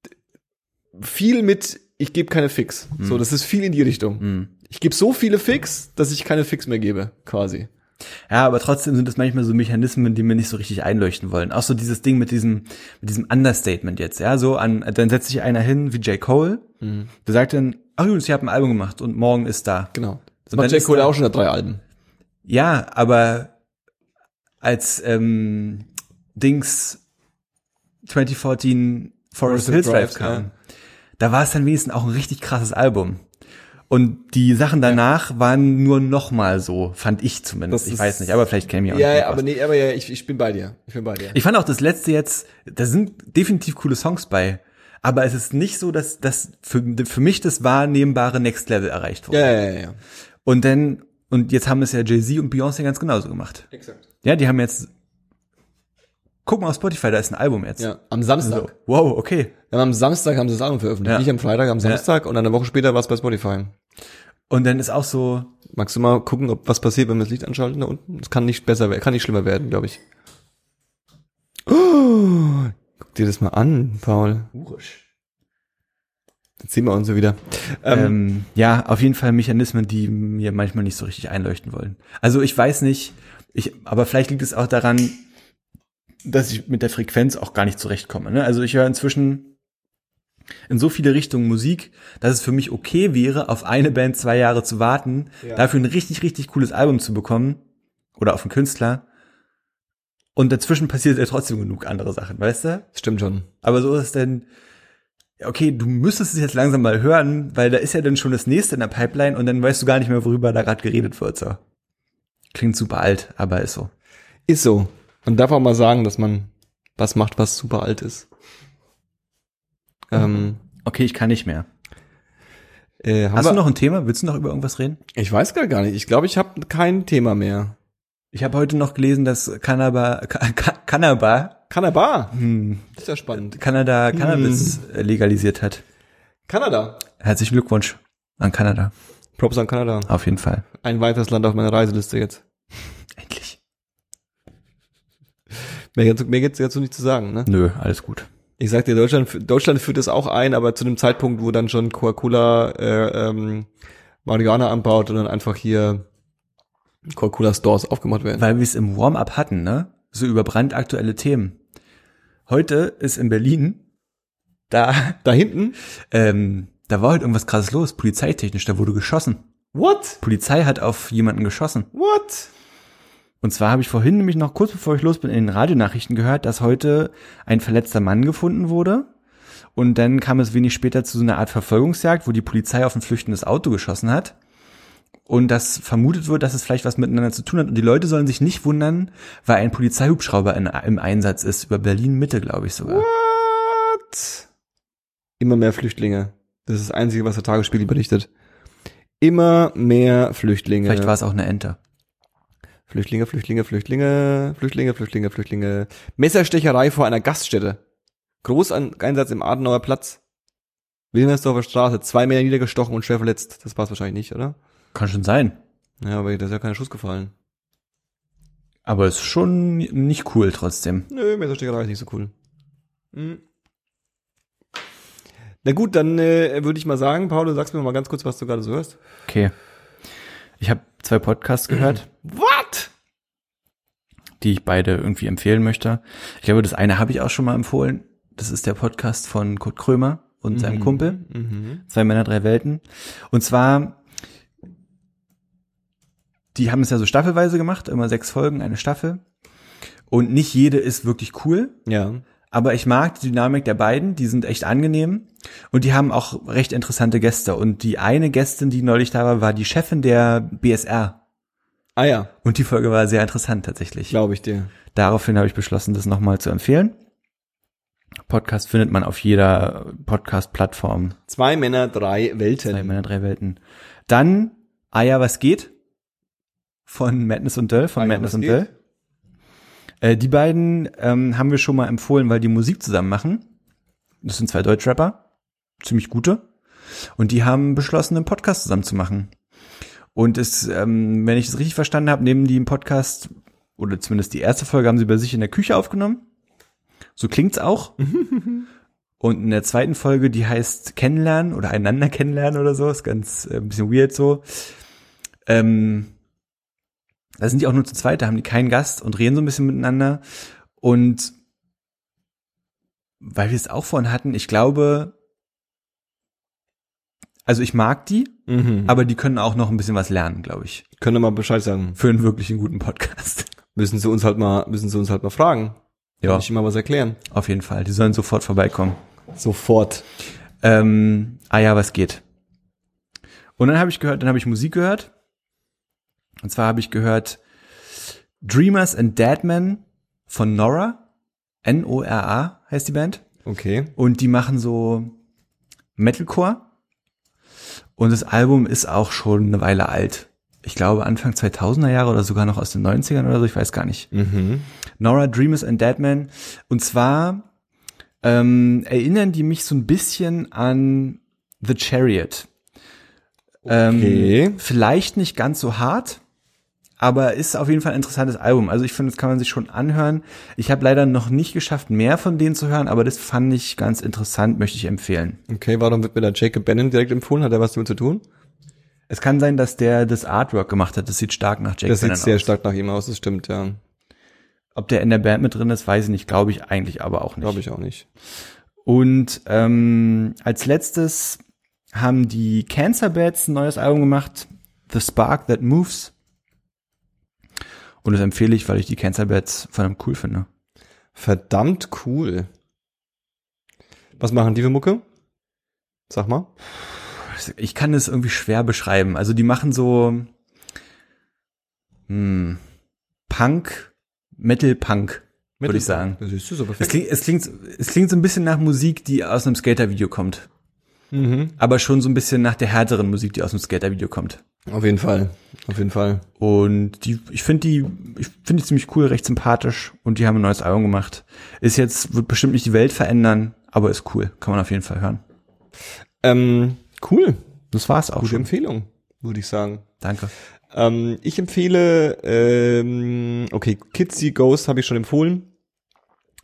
viel mit ich gebe keine Fix. Hm. So, das ist viel in die Richtung. Hm. Ich gebe so viele Fix, dass ich keine Fix mehr gebe, quasi. Ja, aber trotzdem sind das manchmal so Mechanismen, die mir nicht so richtig einleuchten wollen. Auch so dieses Ding mit diesem mit diesem Understatement jetzt, ja, so an dann setzt sich einer hin wie J. Cole, hm. der sagt dann, ach Jungs, ich habe ein Album gemacht und morgen ist da. Genau. Das macht J. Cole auch schon drei Alben. Ja, aber als ähm, Dings zwanzig vierzehn Forest Hills Drive kam, ja. da war es dann wenigstens auch ein richtig krasses Album. Und die Sachen danach ja. waren nur noch mal so, fand ich zumindest. Das ich weiß nicht, aber vielleicht kenne ich auch ja, nicht. Ja, aber nee, aber ja, ich, ich bin bei dir. Ich bin bei dir. Ich fand auch das letzte jetzt, da sind definitiv coole Songs bei, aber es ist nicht so, dass das für, für mich das wahrnehmbare Next Level erreicht wurde. Ja, ja, ja, ja. Und dann, und jetzt haben es ja Jay-Z und Beyoncé ganz genauso gemacht. Exakt. Ja, die haben jetzt, guck mal auf Spotify, da ist ein Album jetzt. Ja, am Samstag. Also, wow, okay. Ja, am Samstag haben sie das Album veröffentlicht. Ja. Nicht am Freitag, am Samstag ja. und dann eine Woche später war es bei Spotify. Und dann ist auch so. Magst du mal gucken, ob was passiert, wenn wir das Licht anschalten da unten? Es kann nicht besser werden, kann nicht schlimmer werden, glaube ich. Oh, guck dir das mal an, Paul. Urisch. Jetzt sehen wir uns so wieder. Ähm, ähm, ja, auf jeden Fall Mechanismen, die mir manchmal nicht so richtig einleuchten wollen. Also ich weiß nicht, ich, aber vielleicht liegt es auch daran, dass ich mit der Frequenz auch gar nicht zurechtkomme. Ne? Also ich höre inzwischen in so viele Richtungen Musik, dass es für mich okay wäre, auf eine Band zwei Jahre zu warten, ja. dafür ein richtig, richtig cooles Album zu bekommen oder auf einen Künstler. Und dazwischen passiert ja trotzdem genug andere Sachen, weißt du? Stimmt schon. Aber so ist es denn, okay, du müsstest es jetzt langsam mal hören, weil da ist ja dann schon das nächste in der Pipeline und dann weißt du gar nicht mehr, worüber da gerade geredet wird. So. Klingt super alt, aber ist so. Ist so. Man darf auch mal sagen, dass man was macht, was super alt ist. Ähm, okay, ich kann nicht mehr. Äh, Hast du noch ein Thema? Willst du noch über irgendwas reden? Ich weiß gar, gar nicht. Ich glaube, ich habe kein Thema mehr. Ich habe heute noch gelesen, dass Kanaba, Kanaba, Kanaba, hm, das ist ja spannend. Kanada Cannabis hm. legalisiert hat. Kanada. Herzlichen Glückwunsch an Kanada. Props an Kanada. Auf jeden Fall. Ein weiteres Land auf meiner Reiseliste jetzt. Endlich. Mehr, mehr gibt's dazu nicht zu sagen, ne? Nö, alles gut. Ich sag dir, Deutschland, Deutschland führt es auch ein, aber zu dem Zeitpunkt, wo dann schon Coca-Cola äh, ähm, Marihuana anbaut und dann einfach hier Coca-Cola-Stores aufgemacht werden. Weil wir es im Warm-up hatten, ne? So über brandaktuelle Themen. Heute ist in Berlin, da, Da hinten? ähm, da war heute irgendwas krasses los, polizeitechnisch, da wurde geschossen. What? Polizei hat auf jemanden geschossen. What? Und zwar habe ich vorhin nämlich noch kurz bevor ich los bin in den Radionachrichten gehört, dass heute ein verletzter Mann gefunden wurde. Und dann kam es wenig später zu so einer Art Verfolgungsjagd, wo die Polizei auf ein flüchtendes Auto geschossen hat. Und das vermutet wird, dass es vielleicht was miteinander zu tun hat. Und die Leute sollen sich nicht wundern, weil ein Polizeihubschrauber in, im Einsatz ist, über Berlin-Mitte, glaube ich sogar. What? Immer mehr Flüchtlinge. Das ist das Einzige, was der Tagesspiegel berichtet. Immer mehr Flüchtlinge. Vielleicht war es auch eine Ente. Flüchtlinge, Flüchtlinge, Flüchtlinge, Flüchtlinge, Flüchtlinge, Flüchtlinge. Messerstecherei vor einer Gaststätte. Großeinsatz im Adenauer Platz. Wilmersdorfer Straße. Zwei Männer niedergestochen und schwer verletzt. Das passt wahrscheinlich nicht, oder? Kann schon sein. Ja, aber da ist ja kein Schuss gefallen. Aber ist schon nicht cool trotzdem. Nö, Messerstecherei ist nicht so cool. Hm. Na gut, dann äh, würde ich mal sagen, Paul, du sagst mir mal ganz kurz, was du gerade so hörst. Okay. Ich habe zwei Podcasts gehört. What? Die ich beide irgendwie empfehlen möchte. Ich glaube, das eine habe ich auch schon mal empfohlen. Das ist der Podcast von Kurt Krömer und mhm. seinem Kumpel. Mhm. Zwei Männer, drei Welten. Und zwar, die haben es ja so staffelweise gemacht, immer sechs Folgen, eine Staffel. Und nicht jede ist wirklich cool. Ja. Aber ich mag die Dynamik der beiden, die sind echt angenehm. Und die haben auch recht interessante Gäste. Und die eine Gästin, die neulich da war, war die Chefin der B S R. Ah ja. Und die Folge war sehr interessant tatsächlich. Glaube ich dir. Daraufhin habe ich beschlossen, das nochmal zu empfehlen. Podcast findet man auf jeder Podcast-Plattform. Zwei Männer, drei Welten. Zwei Männer, drei Welten. Dann, ah ja, was geht? Von Madness und Döll, von Ah ja, Madness was und geht? Döll. Äh, die beiden ähm, haben wir schon mal empfohlen, weil die Musik zusammen machen. Das sind zwei Deutschrapper, ziemlich gute. Und die haben beschlossen, einen Podcast zusammen zu machen. Und es, ähm, wenn ich es richtig verstanden habe, nehmen die im Podcast, oder zumindest die erste Folge haben sie bei sich in der Küche aufgenommen. So klingt's auch. Und in der zweiten Folge, die heißt Kennenlernen oder einander kennenlernen oder so, ist ganz äh, ein bisschen weird so. Ähm, da sind die auch nur zu zweit, da haben die keinen Gast und reden so ein bisschen miteinander. Und weil wir es auch vorhin hatten, ich glaube, also ich mag die, Mhm. aber die können auch noch ein bisschen was lernen, glaube ich. Können wir mal Bescheid sagen. Für einen wirklich guten Podcast. Müssen sie uns halt mal, müssen sie uns halt mal fragen. Ja. Kann ich immer was erklären. Auf jeden Fall, die sollen sofort vorbeikommen. Sofort. Ähm, ah ja, was geht? Und dann habe ich gehört, dann habe ich Musik gehört. Und zwar habe ich gehört Dreamers and Deadmen von Nora. N O R A heißt die Band. Okay. Und die machen so Metalcore. Und das Album ist auch schon eine Weile alt. Ich glaube Anfang zweitausender Jahre oder sogar noch aus den neunzigern oder so, ich weiß gar nicht. Mhm. Nora, Dreamers and Deadmen. Und zwar ähm, erinnern die mich so ein bisschen an The Chariot. Okay. Ähm, vielleicht nicht ganz so hart, aber ist auf jeden Fall ein interessantes Album. Also ich finde, das kann man sich schon anhören. Ich habe leider noch nicht geschafft, mehr von denen zu hören, aber das fand ich ganz interessant, möchte ich empfehlen. Okay, warum wird mir da Jacob Bannon direkt empfohlen? Hat er was damit zu tun? Es kann sein, dass der das Artwork gemacht hat. Das sieht stark nach Jake Das sieht Bannon sehr aus. stark nach ihm aus, das stimmt, ja. Ob der in der Band mit drin ist, weiß ich nicht. Glaube ich eigentlich aber auch nicht. Glaube ich auch nicht. Und ähm, als letztes haben die Cancer Bats ein neues Album gemacht, The Spark That Moves. Und das empfehle ich, weil ich die Cancer Bats von einem cool finde. Verdammt cool. Was machen die für Mucke? Sag mal. Ich kann es irgendwie schwer beschreiben. Also die machen so hm, Punk, Metal-Punk, würde ich sagen. Das ist so Es perfekt. klingt, es, klingt, es klingt so ein bisschen nach Musik, die aus einem Skater-Video kommt. Mhm. Aber schon so ein bisschen nach der härteren Musik, die aus einem Skater-Video kommt. Auf jeden Fall. Auf jeden Fall. Und die, ich finde die, ich finde die ziemlich cool, recht sympathisch. Und die haben ein neues Album gemacht. Ist jetzt, wird bestimmt nicht die Welt verändern, aber ist cool. Kann man auf jeden Fall hören. Ähm, cool. Das war's auch Gute schon. Empfehlung, würde ich sagen. Danke. Ähm, ich empfehle, ähm, okay, Kids See Ghost habe ich schon empfohlen.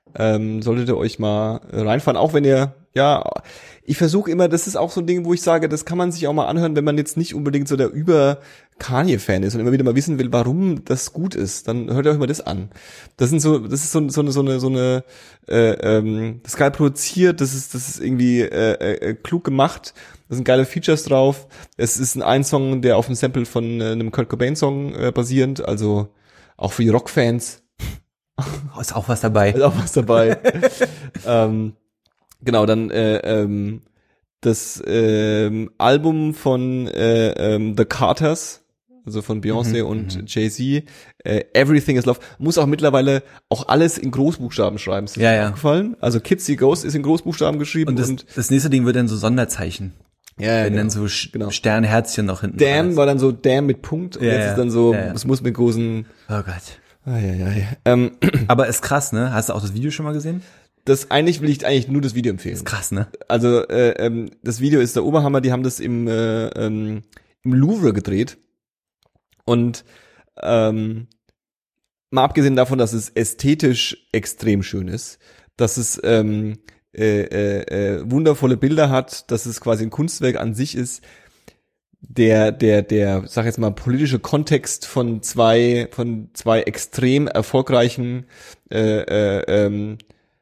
Ähm, solltet ihr euch mal äh, reinfahren, auch wenn ihr, ja, ich versuche immer, das ist auch so ein Ding, wo ich sage, das kann man sich auch mal anhören, wenn man jetzt nicht unbedingt so der Über-Kanye-Fan ist und immer wieder mal wissen will, warum das gut ist, dann hört euch mal das an. Das sind so, das ist so, so eine, so eine, so eine, äh, ähm, das ist geil produziert, das ist, das ist irgendwie äh, äh, klug gemacht, da sind geile Features drauf. Es ist ein, ein Song, der auf einem Sample von äh, einem Kurt Cobain-Song äh, basierend, also auch für die Rockfans. Ist auch was dabei. Ist auch was dabei. ähm, genau, dann äh, ähm, das ähm, Album von äh, ähm, The Carters, also von Beyoncé Mhm, und mhm. Jay-Z, äh, Everything is Love, muss auch mittlerweile auch alles in Großbuchstaben schreiben. Ist dir Ja, das ja. aufgefallen? Also Kids See Ghost ist in Großbuchstaben geschrieben Und das, und das nächste Ding wird dann so Sonderzeichen. ja, Wenn genau. dann so Sch- Genau. Sternherzchen noch hinten Damn dran war dann so Damn mit Punkt und Ja, jetzt ja. ist dann so, Ja, ja. es muss mit großen, ist. Oh Gott. ah, ja, ja, ja. Ähm, Aber ist krass, ne? Hast du auch das Video schon mal gesehen? das eigentlich will ich eigentlich nur das Video empfehlen. Ist krass, ne? Also äh, ähm, das Video ist der Oberhammer, die haben das im, äh, ähm, im Louvre gedreht und ähm, mal abgesehen davon, dass es ästhetisch extrem schön ist, dass es ähm, äh, äh, äh, wundervolle Bilder hat, dass es quasi ein Kunstwerk an sich ist, der der der sag jetzt mal politische Kontext von zwei von zwei extrem erfolgreichen äh, äh, ähm,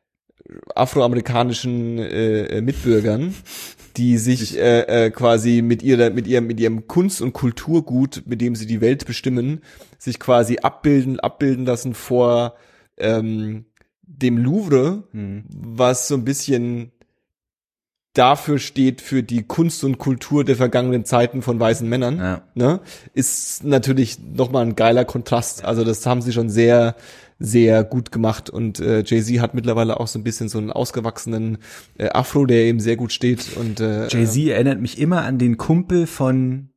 afroamerikanischen äh, Mitbürgern, die sich äh, äh, quasi mit ihrer mit ihrem mit ihrem Kunst- und Kulturgut, mit dem sie die Welt bestimmen, sich quasi abbilden abbilden lassen vor ähm, dem Louvre, Hm. was so ein bisschen dafür steht für die Kunst und Kultur der vergangenen Zeiten von weißen Männern, Ja. ne, ist natürlich nochmal ein geiler Kontrast. Also das haben sie schon sehr, sehr gut gemacht und äh, Jay-Z hat mittlerweile auch so ein bisschen so einen ausgewachsenen äh, Afro, der ihm sehr gut steht und äh, Jay-Z erinnert mich immer an den Kumpel von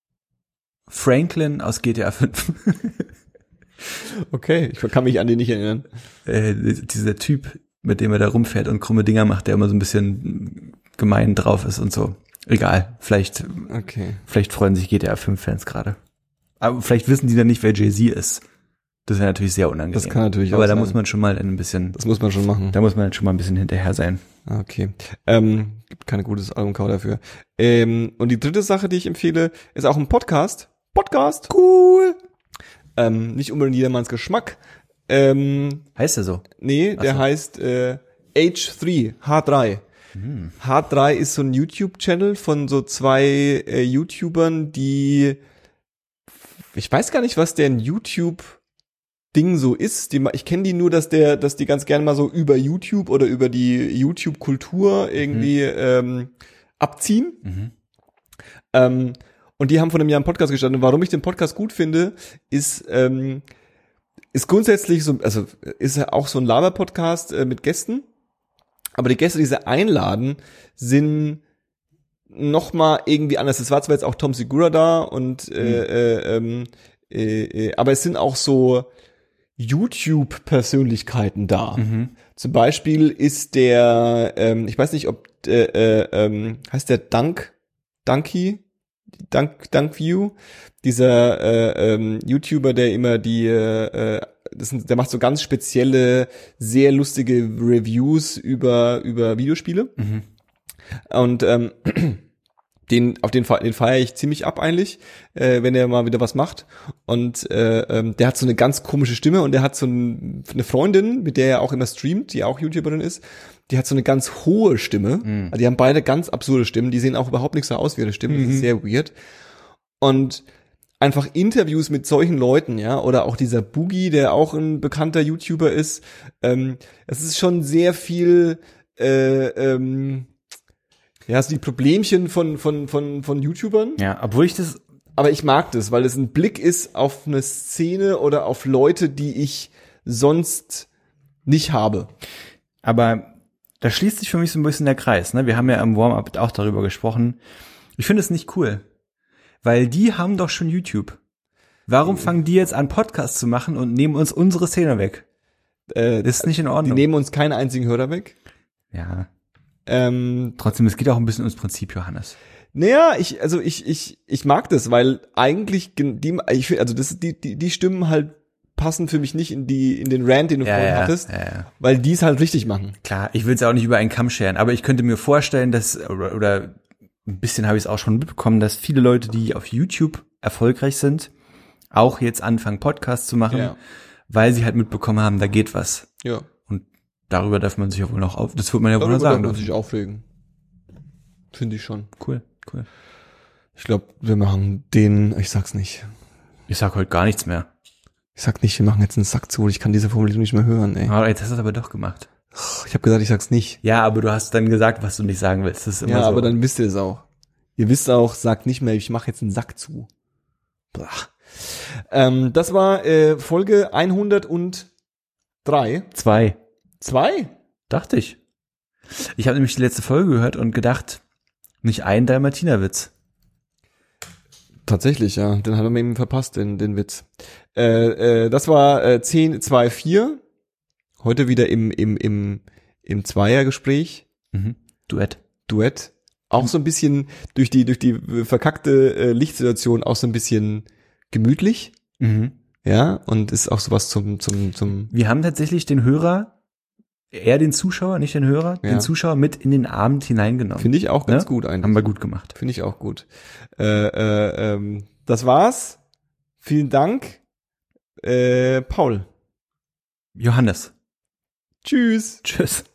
Franklin aus G T A fünf. okay, ich kann mich an den nicht erinnern. äh, dieser Typ, mit dem er da rumfährt und krumme Dinger macht, der immer so ein bisschen gemein drauf ist und so. Egal, vielleicht, Okay. vielleicht freuen sich G T A fünf Fans gerade. Aber vielleicht wissen die dann nicht, wer Jay-Z ist. Das wäre natürlich sehr unangenehm. Das kann natürlich Aber auch da sein. muss man schon mal ein bisschen, Das muss man schon machen. da muss man schon mal ein bisschen hinterher sein. Okay. Ähm, gibt kein gutes Albumcover dafür. Ähm, und die dritte Sache, die ich empfehle, ist auch ein Podcast. Podcast. Cool. Ähm, nicht unbedingt jedermanns Geschmack. Ähm, Heißt er so? nee, der so. heißt äh, H drei, H drei. Hm. H drei ist so ein YouTube-Channel von so zwei äh, YouTubern, die ich weiß gar nicht, was deren YouTube-Ding so ist. Die, ma- ich kenne die nur, dass der, dass die ganz gerne mal so über YouTube oder über die YouTube-Kultur irgendwie ähm, abziehen. Mhm. Ähm, und die haben vor einem Jahr einen Podcast gestartet. Und warum ich den Podcast gut finde, ist ähm, ist grundsätzlich so, also ist ja auch so ein Laber-Podcast äh, mit Gästen. Aber die Gäste, die sie einladen, sind noch mal irgendwie anders. Es war zwar jetzt auch Tom Segura da und äh, äh, ähm, äh, äh, aber es sind auch so YouTube-Persönlichkeiten da. Mhm. Zum Beispiel ist der, ähm, ich weiß nicht, ob äh, äh, ähm, heißt der Dunk, Dunky, Dunk, Dunkview, dieser äh, ähm, YouTuber, der immer die, äh, das sind, der macht so ganz spezielle, sehr lustige Reviews über über Videospiele. Mhm. Und ähm, den auf den den feiere ich ziemlich ab eigentlich, äh, wenn er mal wieder was macht. Und äh, ähm, der hat so eine ganz komische Stimme und der hat so ein, eine Freundin, mit der er auch immer streamt, die auch YouTuberin ist. Die hat so eine ganz hohe Stimme. Mhm. Also die haben beide ganz absurde Stimmen. Die sehen auch überhaupt nicht so aus wie ihre Stimmen. Das Mhm. ist sehr weird. Und einfach Interviews mit solchen Leuten, ja, oder auch dieser Boogie, der auch ein bekannter YouTuber ist. Ähm, es ist schon sehr viel äh, ähm, ja, so die Problemchen von, von, von, von YouTubern. Ja, obwohl ich das, Aber ich mag das, weil es ein Blick ist auf eine Szene oder auf Leute, die ich sonst nicht habe. aber da schließt sich für mich so ein bisschen der Kreis, ne? Wir haben ja im Warm-Up auch darüber gesprochen. Ich finde es nicht cool. Weil die haben doch schon YouTube. Warum fangen die jetzt an, Podcasts zu machen und nehmen uns unsere Szene weg? Äh, Das ist nicht in die Ordnung. nehmen uns keinen einzigen Hörer weg. Ja, Ähm, trotzdem, es geht auch ein bisschen ums Prinzip, Johannes. naja, ich, also ich, ich, ich mag das, weil eigentlich gen- die, ich finde, also das, die, die, die Stimmen halt passen für mich nicht in die in den Rant, den du Ja, vorhin ja, hattest, ja, ja. weil die es halt richtig machen. Klar, ich will es auch nicht über einen Kamm scheren, aber ich könnte mir vorstellen, dass, oder, oder ein bisschen habe ich es auch schon mitbekommen, dass viele Leute, die auf YouTube erfolgreich sind, auch jetzt anfangen, Podcasts zu machen, Ja. weil sie halt mitbekommen haben, da geht was. Ja. Und darüber darf man sich ja wohl noch auf, das wird man ja wohl Darüber noch sagen darf man dürfen. sich aufregen. Finde ich schon. Cool, cool. Ich glaube, wir machen den, ich sag's nicht. Ich sag heute gar nichts mehr. Ich sag nicht, wir machen jetzt einen Sack zu, ich kann diese Formulierung nicht mehr hören, ey. Aber jetzt hast du es aber doch gemacht. Ich habe gesagt, ich sag's nicht. Ja, aber du hast dann gesagt, was du nicht sagen willst. Das ist immer Ja, so. aber dann wisst ihr es auch. Ihr wisst auch, sagt nicht mehr, ich mache jetzt einen Sack zu. Blah. Ähm, das war äh, Folge hundertdrei. Zwei. Zwei? Dachte ich. Ich habe nämlich die letzte Folge gehört und gedacht, nicht ein Dalmatinerwitz. Tatsächlich, ja. Den hat er mir eben verpasst, den, den Witz. Äh, äh, das war äh, zehn zwei vier. Heute wieder im, im, im, im Zweiergespräch. Mhm. Duett. Duett. Auch so ein bisschen durch die, durch die verkackte äh, Lichtsituation auch so ein bisschen gemütlich. Mhm. Ja, und ist auch sowas zum, zum, zum, Wir haben tatsächlich den Hörer, eher den Zuschauer, nicht den Hörer, Ja. den Zuschauer mit in den Abend hineingenommen. finde ich auch ganz Ne? gut eigentlich. Haben wir gut gemacht. Finde ich auch gut. Äh, äh, ähm, das war's. Vielen Dank. Äh, Paul. Johannes. Tschüss. Tschüss.